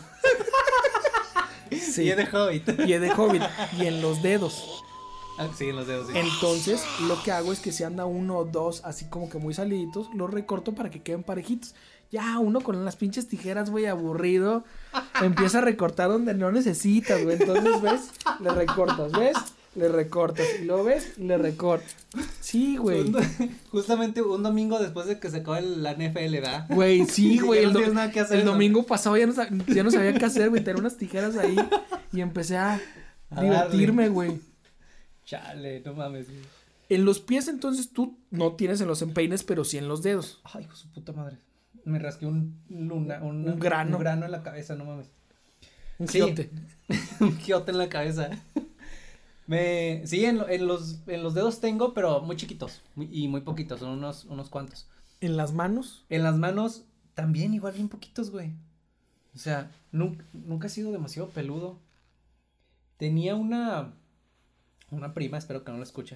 Sí. Y es de Hobbit. Y es de Hobbit. Y en los dedos. Ah, sí, en los dedos, sí. Entonces, lo que hago es que si anda uno o dos así como que muy saliditos, los recorto para que queden parejitos. Ya uno con las pinches tijeras, güey, aburrido, empieza a recortar donde no necesitas, güey. Entonces, ¿ves? Le recortas, ¿ves? Le recortas. Y luego ves, le recortas. Sí, güey. Justamente un domingo después de que se acabó la NFL, ¿verdad? Güey, sí, güey. No tienes nada que hacer, el ¿no? domingo pasado ya no sabía qué hacer, güey. Tenía unas tijeras ahí y empecé a divertirme, güey. Chale, no mames, güey. En los pies, entonces, tú no tienes en los empeines, pero sí en los dedos. Ay, hijo de su puta madre. Me rasqué un grano. Un grano en la cabeza, no mames. Un Sí. giote. Un giote en la cabeza. Sí, en los dedos tengo, pero muy chiquitos. Y muy poquitos, son unos cuantos. En las manos. En las manos también igual bien poquitos, güey. O sea, nunca he sido demasiado peludo. Tenía una prima, espero que no lo escuchen.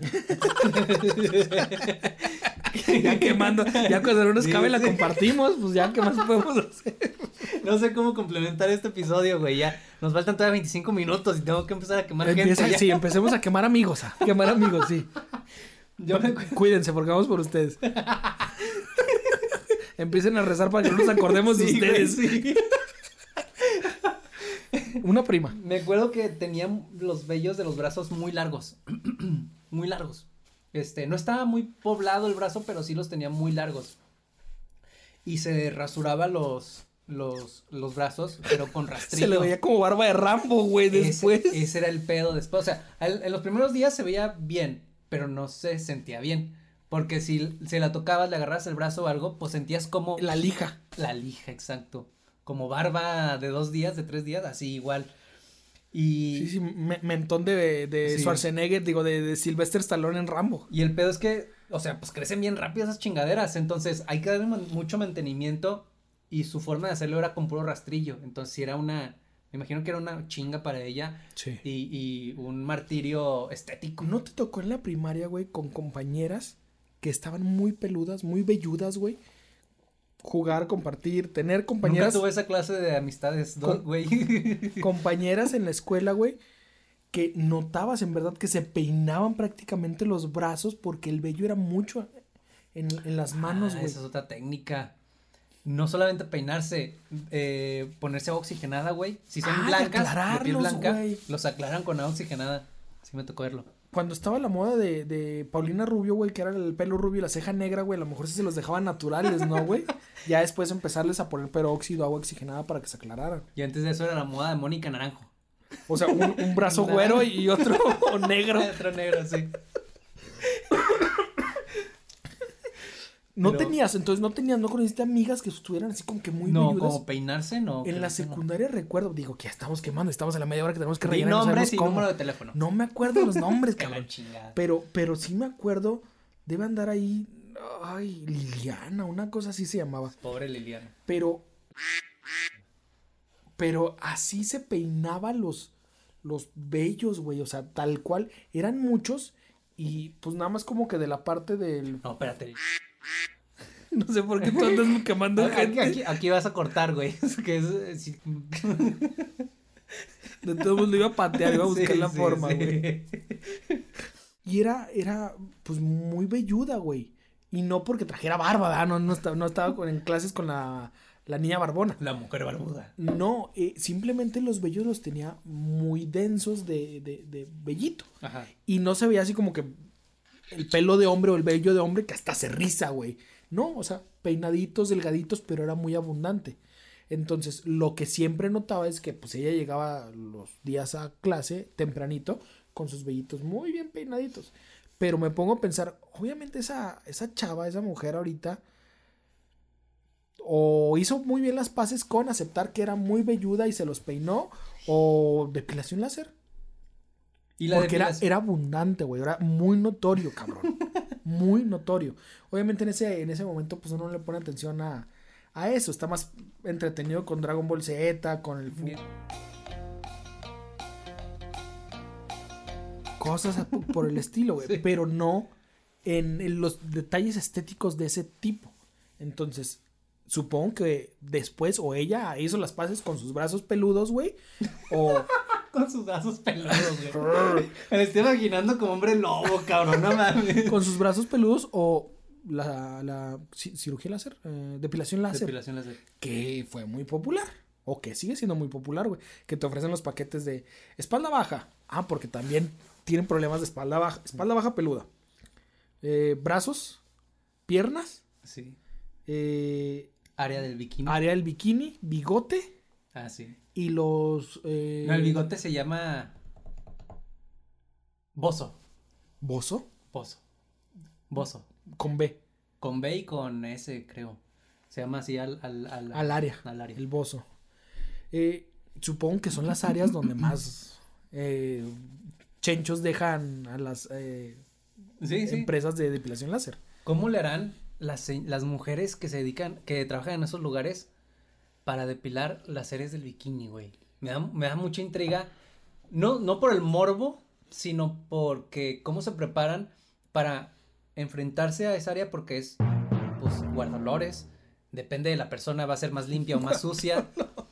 Ya quemando, ya cuando no nos Sí, cabe la sí. compartimos, pues ya, ¿qué más podemos hacer? No sé cómo complementar este episodio, güey. Ya nos faltan todavía 25 minutos y tengo que empezar a quemar gente. Ya. Sí, empecemos a quemar amigos, sí. Yo me Cuídense porque vamos por ustedes. Empiecen a rezar para que no nos acordemos de Sí, güey, ustedes. sí. Una prima. Me acuerdo que tenía los vellos de los brazos muy largos. Muy largos. No estaba muy poblado el brazo, pero sí los tenía muy largos. Y se rasuraba los brazos, pero con rastrillo. Se le veía como barba de Rambo, güey, después. Ese era el pedo después. O sea, en los primeros días se veía bien, pero no se sentía bien. Porque si se la tocabas, le agarras el brazo o algo, pues sentías como... La lija. La lija, exacto. Como barba de 2 días, de 3 días, así igual. Y... Sí, mentón de Sí. Schwarzenegger, digo, de Sylvester Stallone en Rambo. Y el pedo es que, o sea, pues crecen bien rápido esas chingaderas. Entonces hay que darle mucho mantenimiento. Y su forma de hacerlo era con puro rastrillo. Entonces sí era me imagino que era una chinga para ella. Sí. Y un martirio estético. ¿No te tocó en la primaria, güey, con compañeras que estaban muy peludas, muy velludas, güey? Jugar, compartir, tener compañeras. Nunca tuve esa clase de amistades, güey. Compañeras en la escuela, güey, que notabas en verdad que se peinaban prácticamente los brazos porque el vello era mucho en las manos, güey. Esa es otra técnica. No solamente peinarse, ponerse agua oxigenada, güey. Si son Ah, blancas, de piel aclararlos, blanca, güey. los aclaran con agua oxigenada. Sí me tocó verlo. Cuando estaba la moda de Paulina Rubio, güey, que era el pelo rubio y la ceja negra, güey, a lo mejor sí se los dejaban naturales, ¿no, güey? Ya después empezarles a poner peróxido, agua oxigenada para que se aclararan. Y antes de eso era la moda de Mónica Naranjo. O sea, un brazo güero y otro negro. Otro negro, sí. No Pero- no conociste amigas que estuvieran así como que muy No, velludas. como peinarse, no. En creo la que secundaria recuerdo, digo que ya estamos quemando, estamos en la media hora que tenemos que no. Di rellenar. no nombres sabemos y cómo. número de teléfono. No me acuerdo los nombres, Que la cabrón. chingada. Pero sí me acuerdo, debe andar ahí, ay, Liliana, una cosa así se llamaba. Pobre Liliana. Pero así se peinaba los vellos, güey, o sea, tal cual, eran muchos y pues nada más como que de la parte del, No, espérate. no sé por qué tú andas quemando gente. Aquí vas a cortar, güey. Es que sí. De todos modos lo iba a patear, iba a buscar Sí, la sí, forma, sí. güey. Y era, pues, muy velluda, güey. Y no porque trajera barba, ¿verdad? No estaba en clases con la niña barbona. La mujer barbuda. No, simplemente los vellos los tenía muy densos de vellito. Ajá. Y no se veía así como que el pelo de hombre o el vello de hombre que hasta se riza, güey. No, o sea, peinaditos, delgaditos, pero era muy abundante. Entonces, lo que siempre notaba es que pues ella llegaba los días a clase tempranito con sus vellitos muy bien peinaditos. Pero me pongo a pensar, obviamente esa chava, esa mujer ahorita, o hizo muy bien las paces con aceptar que era muy velluda y se los peinó, o depilación láser. Y la Porque depilación. era abundante, güey, era muy notorio, cabrón. Muy notorio. Obviamente en ese momento pues uno no le pone atención a eso, está más entretenido con Dragon Ball Z, con el cosas por el estilo, güey, Sí. pero no en los detalles estéticos de ese tipo. Entonces, supongo que después o ella hizo las paces con sus brazos peludos, güey, o... Con sus brazos peludos, güey. Me lo estoy imaginando como hombre lobo, cabrón, no mames. con sus brazos peludos o la cirugía láser, depilación láser, Depilación láser. que fue muy popular, o que sigue siendo muy popular, güey, que te ofrecen los paquetes de espalda baja, porque también tienen problemas de espalda baja peluda, brazos, piernas, Sí. área Área del bikini. del bikini, bigote Ah, sí. y los... No, el bigote se llama bozo. bozo, Bozo. con B, Con B y con S, creo. Se llama así al área, al área. el bozo. Supongo que son las áreas donde más chenchos dejan a las Sí, sí. empresas de depilación láser. ¿Cómo le harán las mujeres que se dedican, que trabajan en esos lugares para depilar las áreas del bikini, güey? Me da mucha intriga. No por el morbo, sino porque cómo se preparan para enfrentarse a esa área, porque es, pues, guardolores. Depende de la persona, va a ser más limpia o más sucia.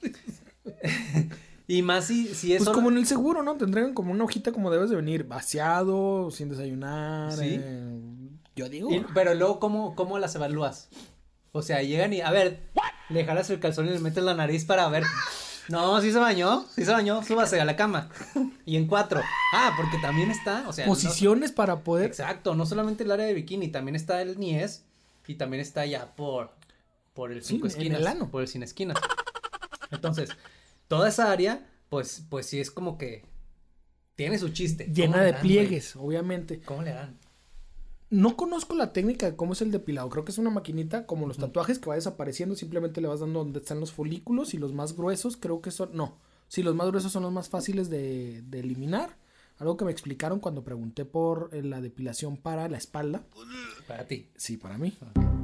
Y más si es Pues solo- como en el seguro, ¿no? Te entregan como una hojita como debes de venir, vaciado, sin desayunar. Sí. Yo digo. Pero luego, ¿cómo las evalúas? O sea, llegan y, a ver, le jalas el calzón y le metes la nariz para ver. No, sí se bañó, súbase a la cama. Y en 4. Porque también está, o sea. Posiciones para poder. Exacto, no solamente el área de bikini, también está el niés y también está ya por el Sí, 5 en esquinas. el ano. Por el sin esquinas. Entonces, toda esa área, pues sí es como que tiene su chiste. ¿Cómo Llena le de harán, pliegues, obviamente. güey? ¿Cómo le harán? No conozco la técnica de cómo es el depilado. Creo que es una maquinita como los tatuajes que va desapareciendo. Simplemente le vas dando donde están los folículos y los más gruesos creo que son... No, sí, los más gruesos son los más fáciles de eliminar. Algo que me explicaron cuando pregunté por la depilación para la espalda. Para ti. Sí, para mí.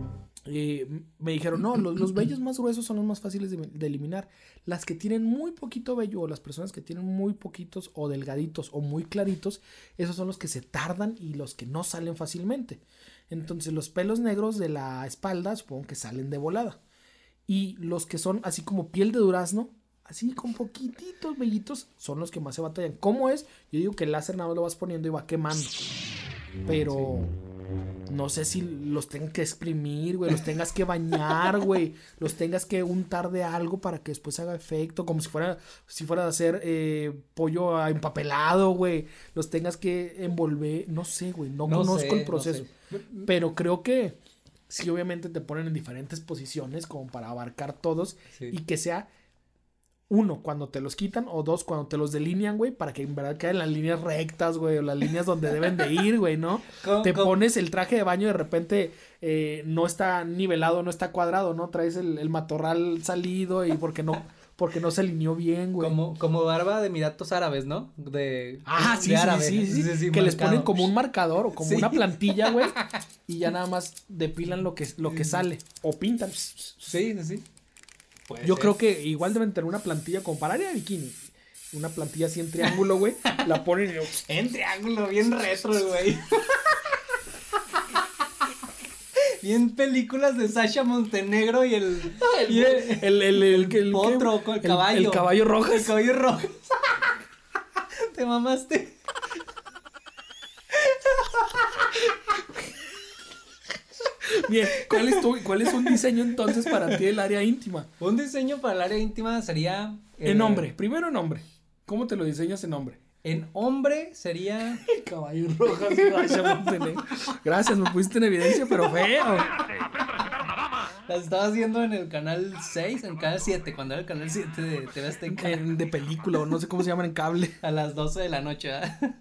Me dijeron, no, los vellos más gruesos son los más fáciles de eliminar. Las que tienen muy poquito vello o las personas que tienen muy poquitos o delgaditos o muy claritos, esos son los que se tardan y los que no salen fácilmente. Entonces los pelos negros de la espalda supongo que salen de volada. Y los que son así como piel de durazno, así con poquititos vellitos, son los que más se batallan. ¿Cómo es? Yo digo que el láser nada más lo vas poniendo y va quemando. Pero... no sé si los tengas que exprimir, güey, los tengas que bañar, güey, los tengas que untar de algo para que después haga efecto, como si fuera a hacer pollo empapelado, güey, los tengas que envolver, no sé, güey, no conozco el proceso, pero creo que sí, obviamente te ponen en diferentes posiciones como para abarcar todos y que sea... 1, cuando te los quitan, o 2, cuando te los delinean, güey, para que en verdad queden las líneas rectas, güey, o las líneas donde deben de ir, güey, ¿no? Pones el traje de baño y de repente no está nivelado, no está cuadrado, ¿no? Traes el matorral salido y porque no se alineó bien, güey. Como barba de Emiratos Árabes, ¿no? Sí, de sí, árabe. sí, que les marcado. ponen como un marcador o como Sí. una plantilla, güey, y ya nada más depilan lo que sale, o pintan. Sí. Puede Yo ser. creo que igual deben tener una plantilla como para área de bikini. Una plantilla así en triángulo, güey. La ponen y... En triángulo, bien retro, güey. Bien películas de Sasha Montenegro y el potro con el caballo. El caballo rojo. El caballo rojo. Te mamaste. Bien, ¿cuál es un diseño entonces para ti del área íntima? Un diseño para el área íntima sería... En hombre, primero en hombre. ¿Cómo te lo diseñas en hombre? En hombre sería... El caballo rojo. Gracias, me pusiste en evidencia, pero feo. Las estaba haciendo en el canal 6, en el canal 7, cuando era el canal 7 de TV Azteca. De película, o no sé cómo se llaman en cable. A las 12 de la noche, ¿verdad?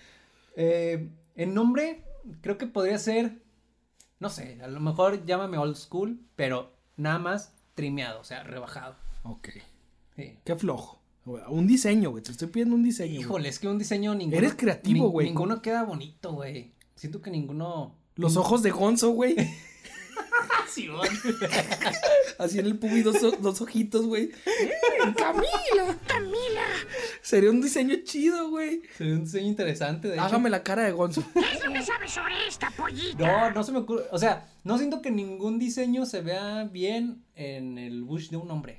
En nombre, creo que podría ser, no sé, a lo mejor llámame old school, pero nada más trimeado, o sea, rebajado. Ok. Sí. Qué flojo. Un diseño, güey. Te estoy pidiendo un diseño. Híjole, es que un diseño ninguno. Eres creativo, güey. Ninguno queda bonito, güey. Siento que ninguno. Los ojos de Gonzo, güey. Simón. Así en el pubis dos ojitos, güey. ¡Camila! ¡Camila! Sería un diseño chido, güey. Sería un diseño interesante, de hecho. Hágame la cara de Gonzo. ¿Qué me sabes sobre esta pollita? No se me ocurre. O sea, no siento que ningún diseño se vea bien en el bush de un hombre.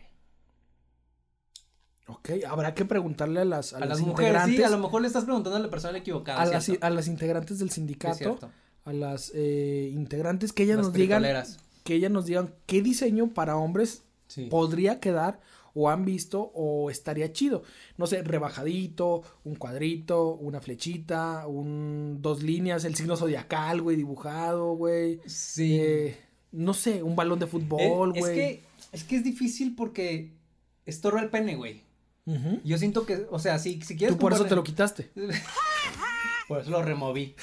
Ok, habrá que preguntarle a las Mujeres, integrantes. sí, a lo mejor le estás preguntando a la persona equivocada. A las integrantes del Sí, sindicato. cierto. A las integrantes que ellas Las nos digan. frijoleras. Que ellas nos digan qué diseño para hombres Sí. podría quedar o han visto o estaría chido. No sé, rebajadito, un cuadrito, una flechita, dos líneas, el signo zodiacal, güey, dibujado, güey. Sí. No sé, un balón de fútbol, güey. Es que es difícil porque estorba el pene, güey. Ujú. Yo siento que, o sea, si quieres Tú por eso componer- te lo quitaste. Por eso lo removí.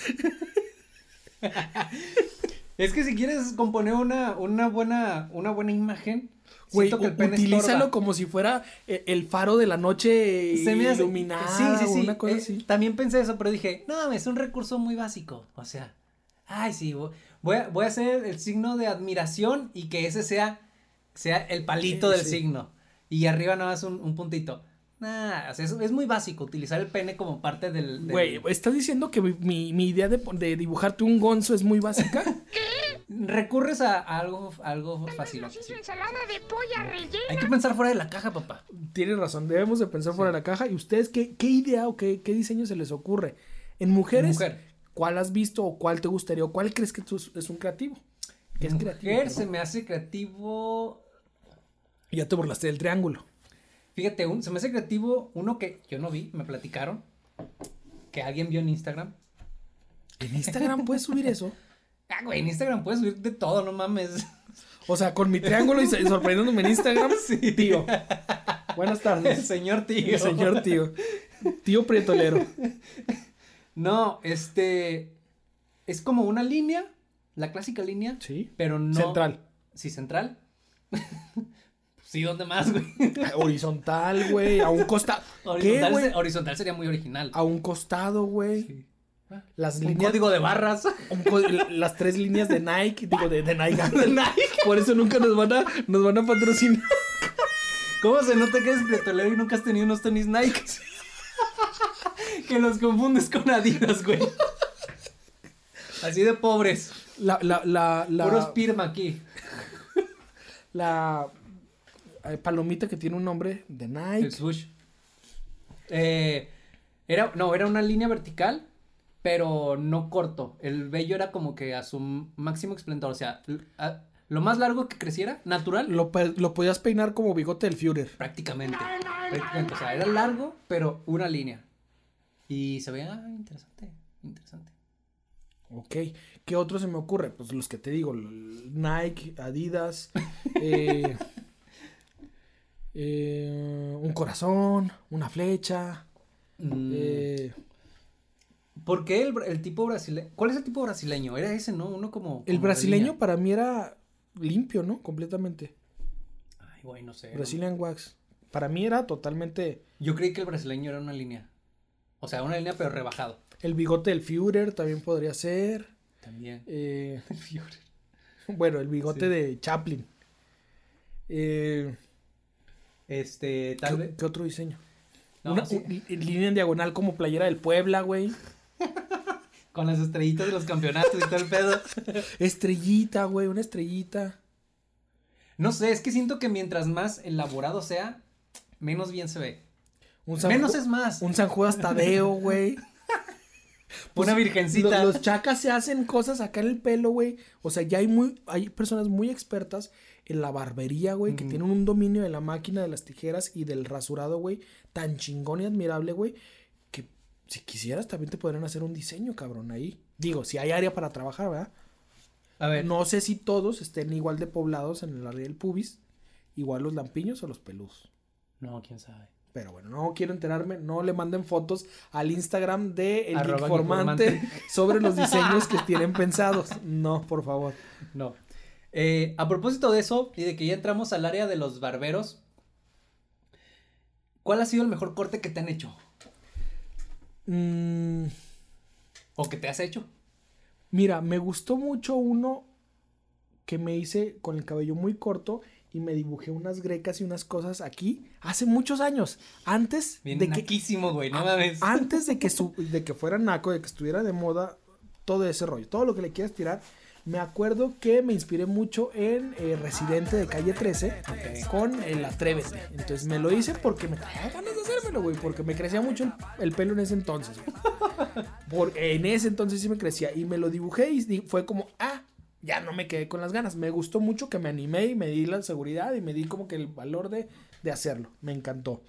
Es que si quieres componer una buena imagen, Güey, siento que el pene utilízalo estorba. como si fuera el faro de la noche Se me hace- iluminado, Sí. una cosa así. También pensé eso, pero dije, no, es un recurso muy básico. O sea, ay, sí, voy a hacer el signo de admiración y que ese sea el palito del Sí. signo. Y arriba nada más un puntito. Nah, o sea, es muy básico utilizar el pene como parte del... Güey, ¿estás diciendo que mi idea de dibujarte un gonzo es muy básica? Recurres a algo fácil. Nos hizo ensalada de polla rellena. Hay que pensar fuera de la caja, papá. Tienes razón, debemos de pensar fuera de la caja. ¿Y ustedes qué idea o qué diseño se les ocurre? En mujeres, Mujer. ¿cuál has visto o cuál te gustaría o cuál crees que es un creativo? ¿Qué es creativo? Mujer se Perdón. me hace creativo. Ya te burlaste del triángulo. Fíjate, se me hace creativo uno que yo no vi, me platicaron. Que alguien vio en Instagram. ¿En Instagram puedes subir eso? Ah, güey, en Instagram puedes subir de todo, no mames. O sea, con mi triángulo y sorprendiéndome en Instagram. Sí. Tío. Buenas El tardes. señor tío. El señor tío. Tío prietolero. No, es como una línea, la clásica línea. Sí. Pero no. Central. Sí, central. Sí, ¿dónde más, güey? Horizontal, güey. A un costado. ¿Qué, güey? Horizontal sería muy original. A un costado, güey. Sí. Las Un líneas. código de barras. Las 3 líneas de Nike. Digo, de Nike. De Nike. Por eso nunca nos van a patrocinar. ¿Cómo se nota que eres pretolero y nunca has tenido unos tenis Nike? Que los confundes con Adidas, güey. Así de pobres. Puros Pirma aquí. La palomita que tiene un nombre de El Nike. swoosh. Era una línea vertical, pero no corto. El vello era como que a su máximo esplendor. O sea, lo más largo que creciera, natural, Lo podías peinar como bigote del Führer. prácticamente. O sea, era largo, pero una línea. Y se veía interesante. Ok. ¿Qué otro se me ocurre? Pues los que te digo. Nike, Adidas. Un corazón. Una flecha. ¿Por qué el tipo brasileño? ¿Cuál es el tipo brasileño? Era ese, ¿no? Uno como... El como brasileño de línea. para mí era limpio, ¿no? Completamente. Ay, güey, no sé. Brazilian Wax. Para mí era totalmente... Yo creí que el brasileño era una línea. O sea, una línea pero rebajado. El bigote del Führer también podría ser. También. El Führer. Bueno, el bigote Sí. de Chaplin. Tal vez. ¿Qué otro diseño? No, sí. Línea en diagonal como playera del Puebla, güey. Con las estrellitas de los campeonatos y todo el pedo. Estrellita, güey, una estrellita. No sé, es que siento que mientras más elaborado sea, menos bien se ve. Menos es más. Un San Judas Tadeo, güey. Una virgencita. Los chacas se hacen cosas acá en el pelo, güey. O sea, ya hay personas muy expertas en la barbería, güey, que tienen un dominio de la máquina, de las tijeras y del rasurado, güey, tan chingón y admirable, güey, que si quisieras también te podrían hacer un diseño, cabrón, ahí. Digo, si hay área para trabajar, ¿verdad? A ver. No sé si todos estén igual de poblados en el área del pubis, igual los lampiños o los peludos. No, quién sabe. Pero bueno, no quiero enterarme, no le manden fotos al Instagram de El @geekformante Geekformante sobre los diseños que tienen pensados. No, por favor. No. A propósito de eso, y de que ya entramos al área de los barberos, ¿cuál ha sido el mejor corte que te han hecho? ¿O que te has hecho? Mira, me gustó mucho uno que me hice con el cabello muy corto y me dibujé unas grecas y unas cosas aquí hace muchos años. Antes Bien de que... naquísimo, güey, no mames. Antes de que fuera naco, de que estuviera de moda, todo ese rollo, todo lo que le quieras tirar. Me acuerdo que me inspiré mucho en Residente de Calle 13 con el Atrévete. Entonces me lo hice porque me traía ganas de hacérmelo, güey. Porque me crecía mucho el pelo en ese entonces, güey. En ese entonces sí me crecía. Y me lo dibujé y fue como, ya no me quedé con las ganas. Me gustó mucho que me animé y me di la seguridad y me di como que el valor de hacerlo. Me encantó.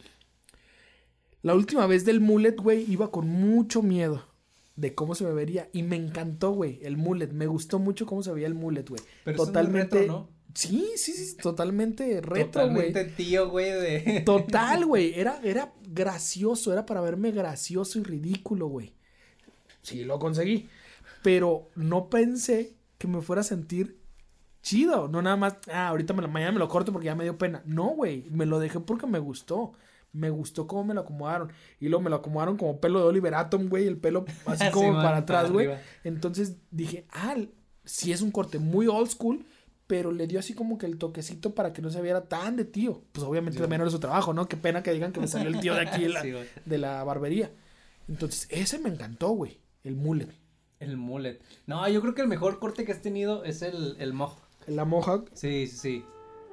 La última vez del mullet, güey, iba con mucho miedo de cómo se me vería. Y me encantó, güey, el mullet. Me gustó mucho cómo se veía el mullet, güey. Pero totalmente es muy retro, ¿no? Sí, totalmente retro, güey. Totalmente tío, güey, de... Total, güey. Era gracioso, era para verme gracioso y ridículo, güey. Sí, lo conseguí. Pero no pensé que me fuera a sentir chido. No nada más, ahorita mañana me lo corto porque ya me dio pena. No, güey, me lo dejé porque me gustó. Me gustó cómo me lo acomodaron. Y luego me lo acomodaron como pelo de Oliver Atom, güey. El pelo así como Sí, para atrás, güey. arriba. Entonces dije, sí es un corte muy old school, pero le dio así como que el toquecito para que no se viera tan de tío. Pues obviamente también era su trabajo, ¿no? Qué pena que digan que me salió el tío de aquí Sí, güey. de la barbería. Entonces, ese me encantó, güey. El mullet. El mullet. No, yo creo que el mejor corte que has tenido es el mohawk. La mohawk. Sí, sí, sí.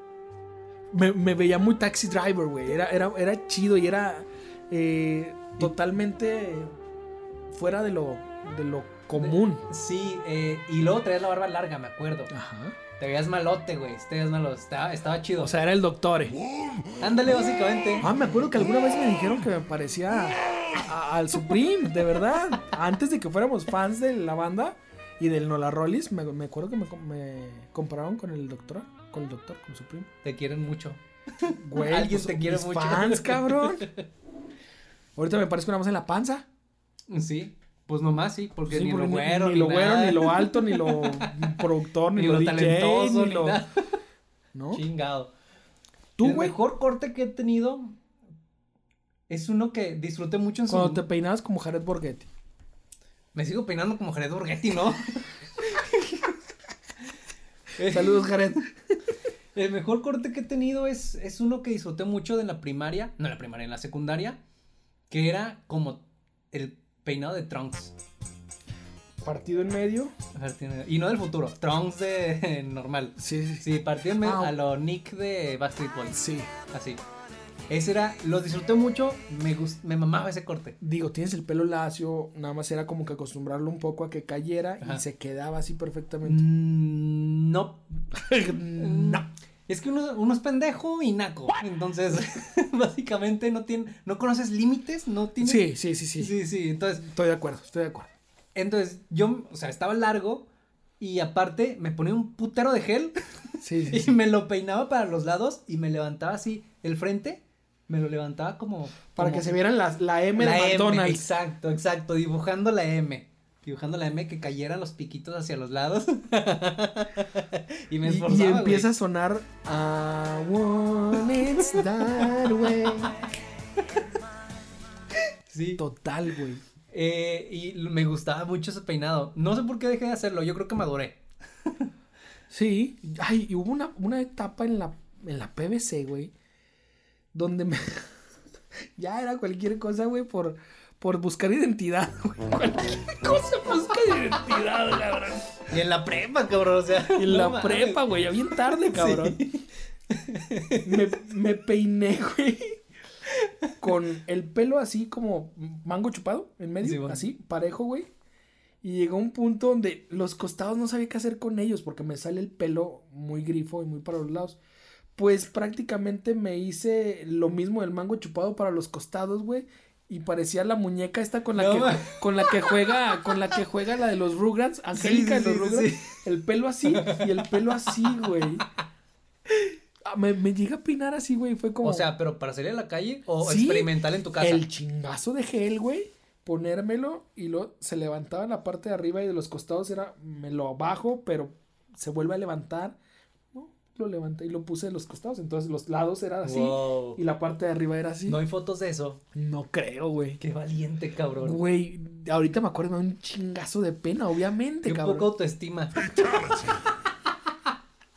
Me veía muy Taxi Driver, güey. Era chido y era totalmente fuera de lo común. Sí, y luego traías la barba larga, me acuerdo. Ajá. Te veías malote, güey. Te veías malo. Estaba chido. O sea, era el doctore. Ándale, básicamente. Me acuerdo que alguna vez me dijeron que me parecía al Supreme, de verdad. Antes de que fuéramos fans de la banda y del Nola Rollis, me acuerdo que me compararon con el doctor, con Supreme. Te quieren mucho. Güey, Alguien te quiere mis mucho. fans, cabrón. Ahorita me parezco nada más en la panza. Sí, pues nomás sí, porque Sí, ni porque lo güero, ni lo güero, nada. ni lo alto, ni lo productor, ni Ni lo lo DJ, talentoso, ni ni lo... nada. ¿No? Chingado. Tú, El güey, mejor corte que he tenido es uno que disfruté mucho en cuando su... te peinabas como Jared Borghetti. Me sigo peinando como Jared Borghetti, ¿no? Saludos, Jared. El mejor corte que he tenido es uno que disfruté mucho de la primaria, no en la primaria, en la secundaria, que era como el peinado de Trunks. Partido en medio. Y no del futuro, Trunks de normal. Sí. Sí, partido en medio a lo Nick de Backstreet Boys. Sí. Así. Ese era, lo disfruté mucho, me mamaba ese corte. Digo, tienes el pelo lacio, nada más era como que acostumbrarlo un poco a que cayera. Ajá. Y se quedaba así perfectamente. No. No. Es que uno es pendejo y naco. Entonces, básicamente no conoces límites, no tienes. Sí. Sí, entonces. Estoy de acuerdo. Entonces, yo, o sea, estaba largo y aparte me ponía un putero de gel. Sí. Y me lo peinaba para los lados y me levantaba así el frente. Me lo levantaba como para que se vieran la M de McDonald's. Exacto, dibujando la M. Que cayeran los piquitos hacia los lados. Y me esforzaba, y empieza a sonar I want it that way. Sí. Total, güey. Y me gustaba mucho ese peinado. No sé por qué dejé de hacerlo, yo creo que maduré. Sí. Ay, y hubo una etapa en la PBC, güey, donde ya era cualquier cosa, güey, por buscar identidad, güey. Cualquier cosa busca identidad, cabrón. Y en la prepa, cabrón, o sea. Y en la prepa, güey, ya bien tarde, cabrón. Sí. Me peiné, güey, con el pelo así como mango chupado en medio, sí, bueno. Así, parejo, güey. Y llegó un punto donde los costados no sabía qué hacer con ellos porque me sale el pelo muy grifo y muy para los lados. Pues prácticamente me hice lo mismo del mango chupado para los costados, güey. Y parecía la muñeca esta con la que juega la de los Rugrats, Angélica de los Rugrats. Sí. El pelo así y el pelo así, güey. Me llega a peinar así, güey. Fue como. O sea, pero para salir a la calle o sí, experimental en tu casa. El chingazo de gel, güey. Ponérmelo y luego se levantaba en la parte de arriba y de los costados me lo bajo, pero se vuelve a levantar. ¿No? Lo levanté y lo puse de los costados. Entonces los lados eran así y la parte de arriba era así. ¿No hay fotos de eso? No creo, güey. Qué valiente, cabrón. Güey, ahorita me acuerdo de un chingazo de pena, obviamente, Qué cabrón. poca autoestima.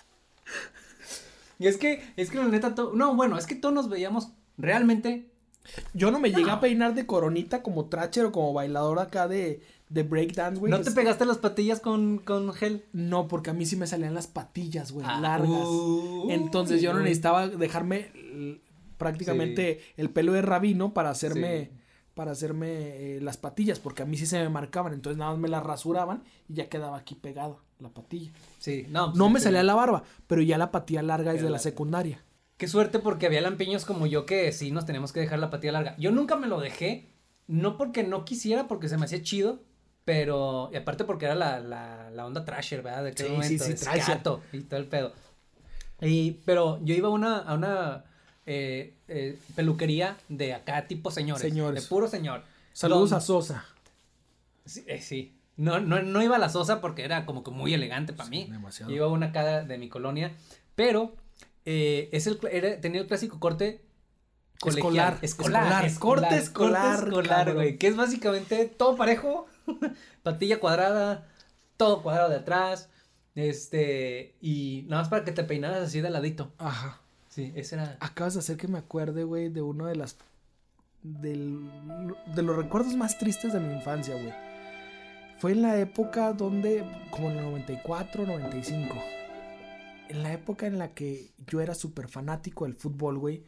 Es que la neta, no, bueno, es que todos nos veíamos realmente. Yo no me llegué a peinar de coronita como trasher o como bailador acá de breakdance, güey. ¿No te pegaste las patillas con gel? No, porque a mí sí me salían las patillas, güey, largas. Entonces yo no necesitaba dejarme prácticamente el pelo de rabino para hacerme las patillas, porque a mí sí se me marcaban, entonces nada más me las rasuraban y ya quedaba aquí pegada la patilla. Sí, no. Pues no me salía la barba, pero ya la patilla larga es de la secundaria. Qué suerte, porque había lampiños como yo que sí nos teníamos que dejar la patilla larga. Yo nunca me lo dejé, no porque no quisiera, porque se me hacía chido, pero, y aparte porque era la onda trasher, ¿verdad? De aquel momento, sí, Scato y todo el pedo. Pero yo iba a una peluquería de acá, tipo señores. De puro señor. Saludos a Sosa. Sí, sí. No iba a la Sosa porque era como que muy elegante para mí. Demasiado. Iba a una acá de mi colonia, pero tenía el clásico corte colegial. Escolar. Corte escolar, güey. Que es básicamente todo parejo, patilla cuadrada, todo cuadrado de atrás, y nada más para que te peinaras así de ladito. Ajá. Sí, ese era. Acabas de hacer que me acuerde, güey, de uno de los recuerdos más tristes de mi infancia, güey. Fue en la época donde, como en el 94, 95. En la época en la que yo era súper fanático del fútbol, güey.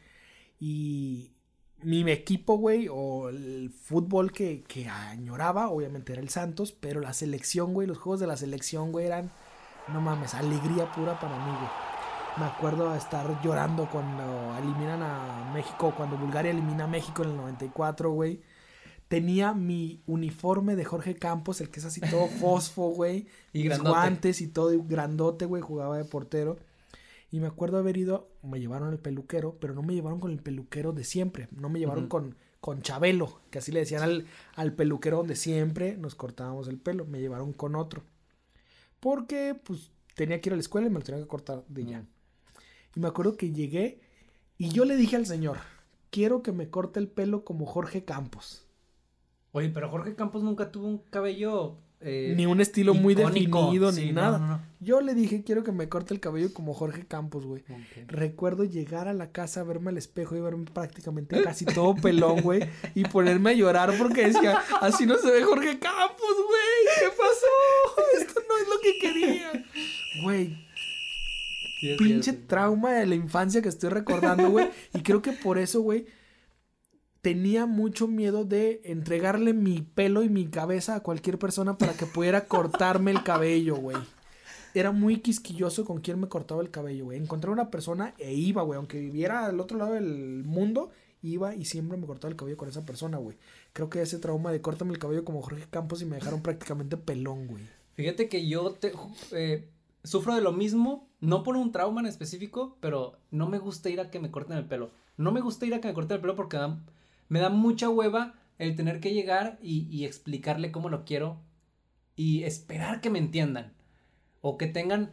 Y mi equipo, güey, o el fútbol que añoraba, obviamente era el Santos. Pero la selección, güey, los juegos de la selección, güey, eran, no mames, alegría pura para mí, güey. Me acuerdo de estar llorando cuando eliminan a México, cuando Bulgaria elimina a México en el 94, güey. Tenía mi uniforme de Jorge Campos, el que es así todo fosfo, güey. Y mis guantes y todo, y grandote, güey, jugaba de portero. Y me acuerdo haber ido, me llevaron al peluquero, pero no me llevaron con el peluquero de siempre. No me llevaron con Chabelo, que así le decían al peluquero donde siempre nos cortábamos el pelo. Me llevaron con otro. Porque, pues, tenía que ir a la escuela y me lo tenía que cortar de ya. Y me acuerdo que llegué y yo le dije al señor, quiero que me corte el pelo como Jorge Campos. Oye, pero Jorge Campos nunca tuvo un cabello ni un estilo muy definido, sí, ni nada. No. Yo le dije, quiero que me corte el cabello como Jorge Campos, güey. Okay. Recuerdo llegar a la casa, verme al espejo y verme prácticamente casi todo pelón, güey. Y ponerme a llorar porque decía, así no se ve Jorge Campos, güey. ¿Qué pasó? Esto no es lo que quería. Güey. Sí, pinche trauma de la infancia que estoy recordando, güey. Y creo que por eso, güey, tenía mucho miedo de entregarle mi pelo y mi cabeza a cualquier persona para que pudiera cortarme el cabello, güey. Era muy quisquilloso con quien me cortaba el cabello, güey. Encontré una persona e iba, güey. Aunque viviera al otro lado del mundo, iba y siempre me cortaba el cabello con esa persona, güey. Creo que ese trauma de córtame el cabello como Jorge Campos y me dejaron prácticamente pelón, güey. Fíjate que yo sufro de lo mismo, no por un trauma en específico, pero no me gusta ir a que me corten el pelo. No me gusta ir a que me corten el pelo porque me da mucha hueva el tener que llegar y explicarle cómo lo quiero y esperar que me entiendan. O que tengan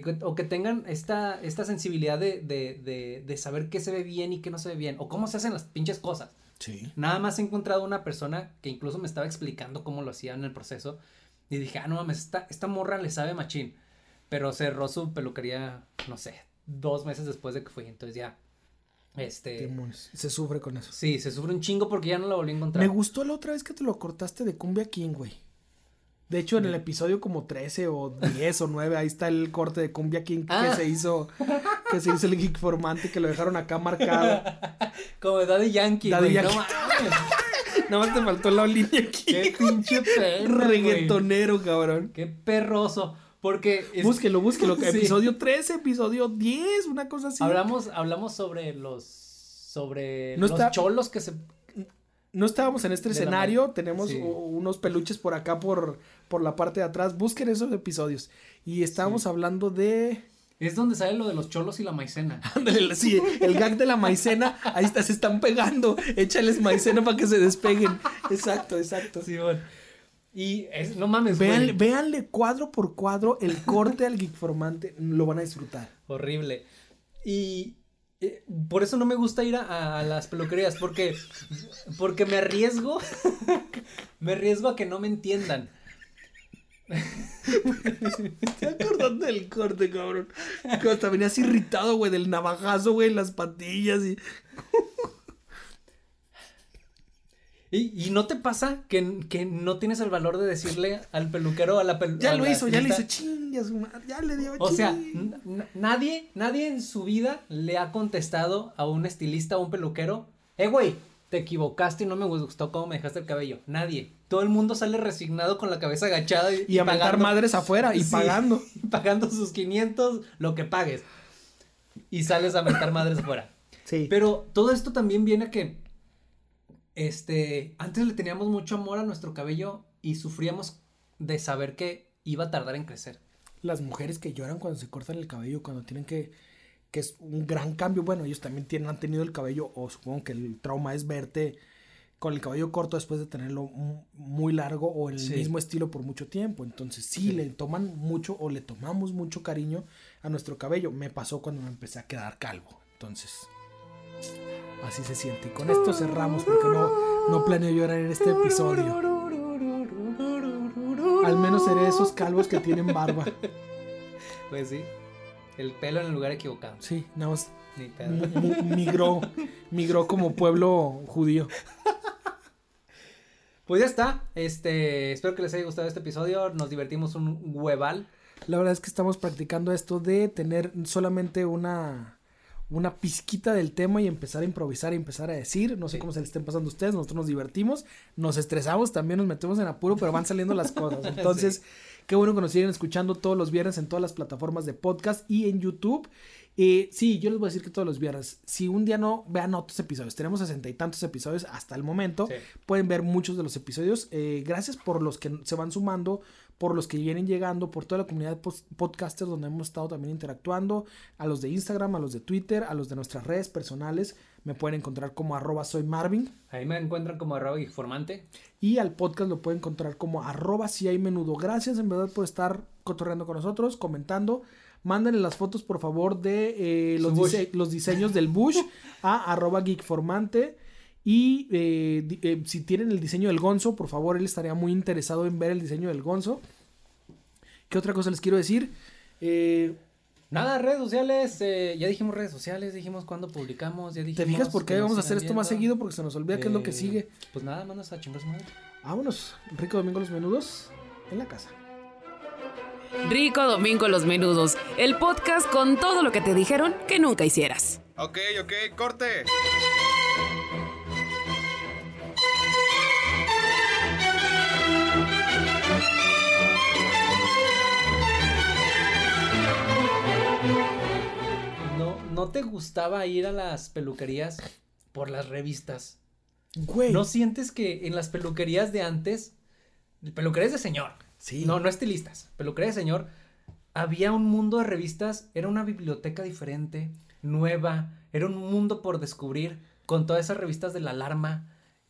esta sensibilidad de saber qué se ve bien y qué no se ve bien. O cómo se hacen las pinches cosas. Sí. Nada más he encontrado una persona que incluso me estaba explicando cómo lo hacía en el proceso. Y dije, no mames, esta morra le sabe machín. Pero cerró su peluquería, no sé, 2 meses después de que fui. Entonces ya, se sufre con eso. Sí, se sufre un chingo porque ya no la volví a encontrar. Me gustó la otra vez que te lo cortaste de Cumbia King, güey. De hecho, en el episodio como 13 o 10 o 9, ahí está el corte de Cumbia King que se hizo el Geek Formante, que lo dejaron acá marcado. Como Daddy Yankee, Daddy güey, Yankee. No más te faltó la línea aquí. Qué pinche perro, reggaetonero, cabrón. Qué perroso. Porque búsquelo. Sí. Episodio 13, episodio 10, una cosa así. Hablamos sobre los cholos que se... No estábamos en este escenario, tenemos unos peluches por acá, por la parte de atrás. Busquen esos episodios. Y estábamos hablando de... Es donde sale lo de los cholos y la maicena. Ándale, sí, el gag de la maicena, ahí está, se están pegando. Échales maicena para que se despeguen. Exacto. Sí, bueno. Y no mames, véanle cuadro por cuadro el corte al Geek Formante, lo van a disfrutar. Horrible. Y por eso no me gusta ir a las peluquerías, porque me arriesgo a que no me entiendan. Me estoy acordando Del corte, cabrón. Que hasta venías irritado, güey, del navajazo, güey, en las patillas y... ¿Y no te pasa que no tienes el valor de decirle al peluquero, a la peluquera? Ya lo hizo, ya le hizo, chingas, ya le dio, O sea, nadie en su vida le ha contestado a un estilista o un peluquero, güey, te equivocaste y no me gustó cómo me dejaste el cabello. Nadie. Todo el mundo sale resignado con la cabeza agachada y a matar madres afuera y pagando. Pagando sus 500, lo que pagues. Y sales a matar madres afuera. Sí. Pero todo esto también viene a que antes le teníamos mucho amor a nuestro cabello y sufríamos de saber que iba a tardar en crecer. Las mujeres que lloran cuando se cortan el cabello, cuando tienen que es un gran cambio. Bueno, ellos también han tenido el cabello, o supongo que el trauma es verte con el cabello corto después de tenerlo muy largo o en el mismo estilo por mucho tiempo. Entonces sí, le toman mucho o le tomamos mucho cariño a nuestro cabello. Me pasó cuando me empecé a quedar calvo. Entonces, así se siente. Y con esto cerramos porque no planeo llorar en este episodio. Al menos seré esos calvos que tienen barba. Pues sí. El pelo en el lugar equivocado. Sí, nada más migró como pueblo judío. Pues ya está. Espero que les haya gustado este episodio. Nos divertimos un hueval. La verdad es que estamos practicando esto de tener solamente una pizquita del tema y empezar a improvisar y empezar a decir. No sé cómo se le estén pasando a ustedes. Nosotros nos divertimos, nos estresamos, también nos metemos en apuro, pero van saliendo las cosas. Entonces, qué bueno que nos siguen escuchando todos los viernes en todas las plataformas de podcast y en YouTube. Sí, yo les voy a decir que todos los viernes, si un día no vean otros episodios, tenemos 60 y tantos episodios hasta el momento, pueden ver muchos de los episodios. Gracias por los que se van sumando, por los que vienen llegando, por toda la comunidad de podcasters donde hemos estado también interactuando, a los de Instagram, a los de Twitter, a los de nuestras redes personales. Me pueden encontrar como @soymarvin. Ahí me encuentran como @informante. Y al podcast lo pueden encontrar como @siaymenudo. Gracias en verdad por estar cotorreando con nosotros, comentando. Mándenle las fotos por favor de los diseños del Bush a @geekformante. Y si tienen el diseño del Gonzo, por favor, él estaría muy interesado en ver el diseño del Gonzo. ¿Qué otra cosa les quiero decir? Nada, redes sociales, ya dijimos redes sociales, dijimos cuándo publicamos, ya dijimos... ¿Te fijas por qué vamos a hacer esto más seguido? Porque se nos olvida qué es lo que sigue. Pues nada, mandas a chingar su madre. Vámonos, Rico Domingo Los Menudos en la casa. Rico Domingo Los Menudos, el podcast con todo lo que te dijeron que nunca hicieras. Ok, corte. ¿No te gustaba ir a las peluquerías por las revistas? Güey. ¿No sientes que en las peluquerías de antes, peluquerías de señor, sí, no estilistas, peluquerías de señor, había un mundo de revistas, era una biblioteca diferente, nueva, era un mundo por descubrir con todas esas revistas de La Alarma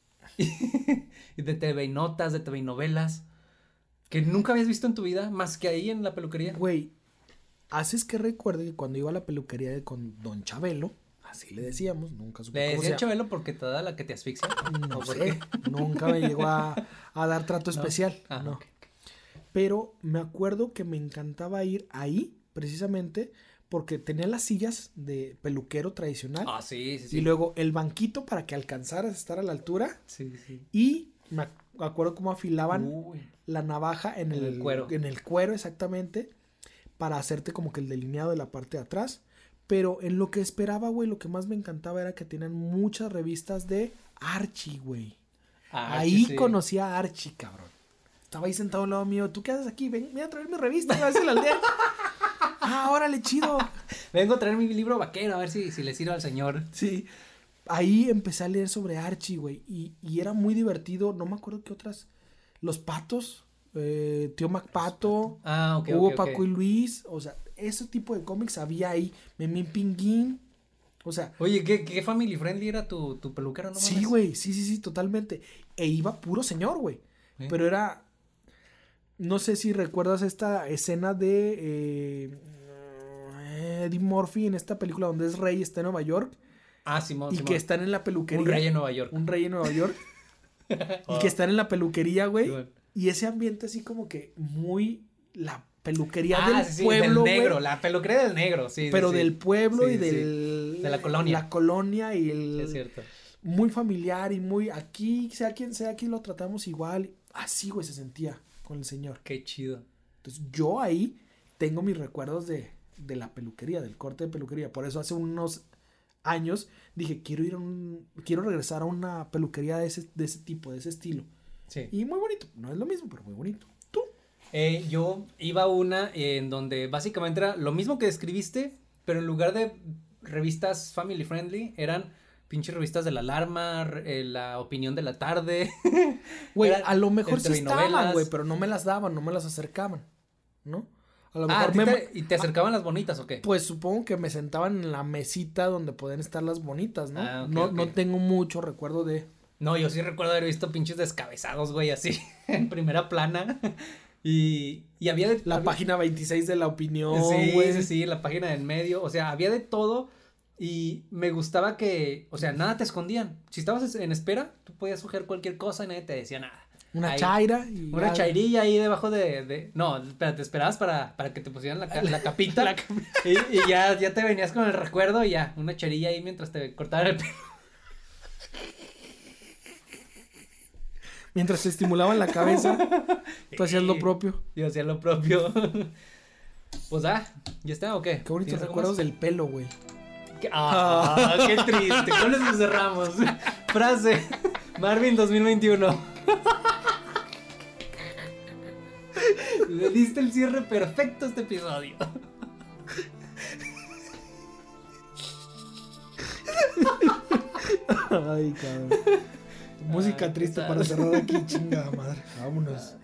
y de TV y Notas, de TV y Novelas, que nunca habías visto en tu vida más que ahí en la peluquería? Güey, haces que recuerde que cuando iba a la peluquería con Don Chabelo, así le decíamos, nunca supe ¿Le cómo decía Chabelo porque te da la que te asfixia? No sé, nunca me llegó a dar trato especial, no. Okay. Pero me acuerdo que me encantaba ir ahí, precisamente, porque tenía las sillas de peluquero tradicional. Ah, sí. Y luego el banquito para que alcanzaras a estar a la altura. Sí. Y me acuerdo cómo afilaban la navaja en el cuero. En el cuero, exactamente, para hacerte como que el delineado de la parte de atrás. Pero en lo que esperaba, güey, lo que más me encantaba era que tenían muchas revistas de Archie, güey. Ahí conocí a Archie, cabrón. Estaba ahí sentado al lado mío. ¿Tú qué haces aquí? Ven a traer mi revista, a ver si la leo. Órale, chido. Vengo a traer mi libro vaquero, a ver si le sirve al señor. Sí. Ahí empecé a leer sobre Archie, güey. Y era muy divertido. No me acuerdo qué otras. Los Patos. Tío MacPato. Hugo, Paco y Luis. O sea, ese tipo de cómics había ahí. Memín Pinguín. O sea. Oye, ¿qué family friendly era tu peluquero? ¿No? Sí, güey. Sí, totalmente. E iba puro señor, güey. Pero era... No sé si recuerdas esta escena de Eddie Murphy en esta película donde es rey, está en Nueva York. Simón. Que están en la peluquería. Un rey en Nueva York. Y que están en la peluquería, güey. Sí, bueno. Y ese ambiente así como que muy... peluquería del pueblo, del negro, güey. la peluquería del negro, sí. Pero sí, del pueblo sí, y de la colonia. La colonia y Es cierto. muy familiar y muy, aquí, sea quien sea, aquí lo tratamos igual. Así, güey, se sentía con el señor. Qué chido. Entonces, yo ahí tengo mis recuerdos de la peluquería, del corte de peluquería. Por eso hace unos años dije, quiero regresar a una peluquería de ese tipo, de ese estilo. Sí. Y muy bonito. No es lo mismo, pero muy bonito. ¿Tú? Yo iba a una en donde básicamente era lo mismo que describiste, pero en lugar de revistas family friendly, eran pinches revistas de La Alarma, La Opinión de la Tarde. Güey, a lo mejor sí telenovelas. estaban, güey, pero no me las daban, no me las acercaban, ¿no? A lo mejor ¿y te acercaban las bonitas o qué? Pues supongo que me sentaban en la mesita donde pueden estar las bonitas, ¿no? Ah, ok, no, ok. no tengo mucho recuerdo de... No, yo sí recuerdo haber visto pinches descabezados, güey, así, en primera plana. Y había de... La había- página 26 de La Opinión, Sí, güey. sí, la página del medio, o sea, había de todo y me gustaba que, o sea, nada te escondían. Si estabas en espera, tú podías sugerir cualquier cosa y nadie te decía nada. Una Ahí, chaira. Y Una ya. chairilla ahí debajo No, espérate, esperabas para que te pusieran la capita y ya te venías con el recuerdo y ya, una chairilla ahí mientras te cortaban el pelo. Mientras te estimulaban la cabeza, tú hacías lo propio. Yo hacía lo propio. Pues ¿ya está o qué? Qué bonitos ¿Tienes algo recuerdos más? del pelo, güey. Qué triste. Con eso cerramos. Frase. Marvin 2021. Le diste el cierre perfecto a este episodio. Ay, cabrón. Música triste qué para sad. cerrar aquí, chingada madre. Vámonos.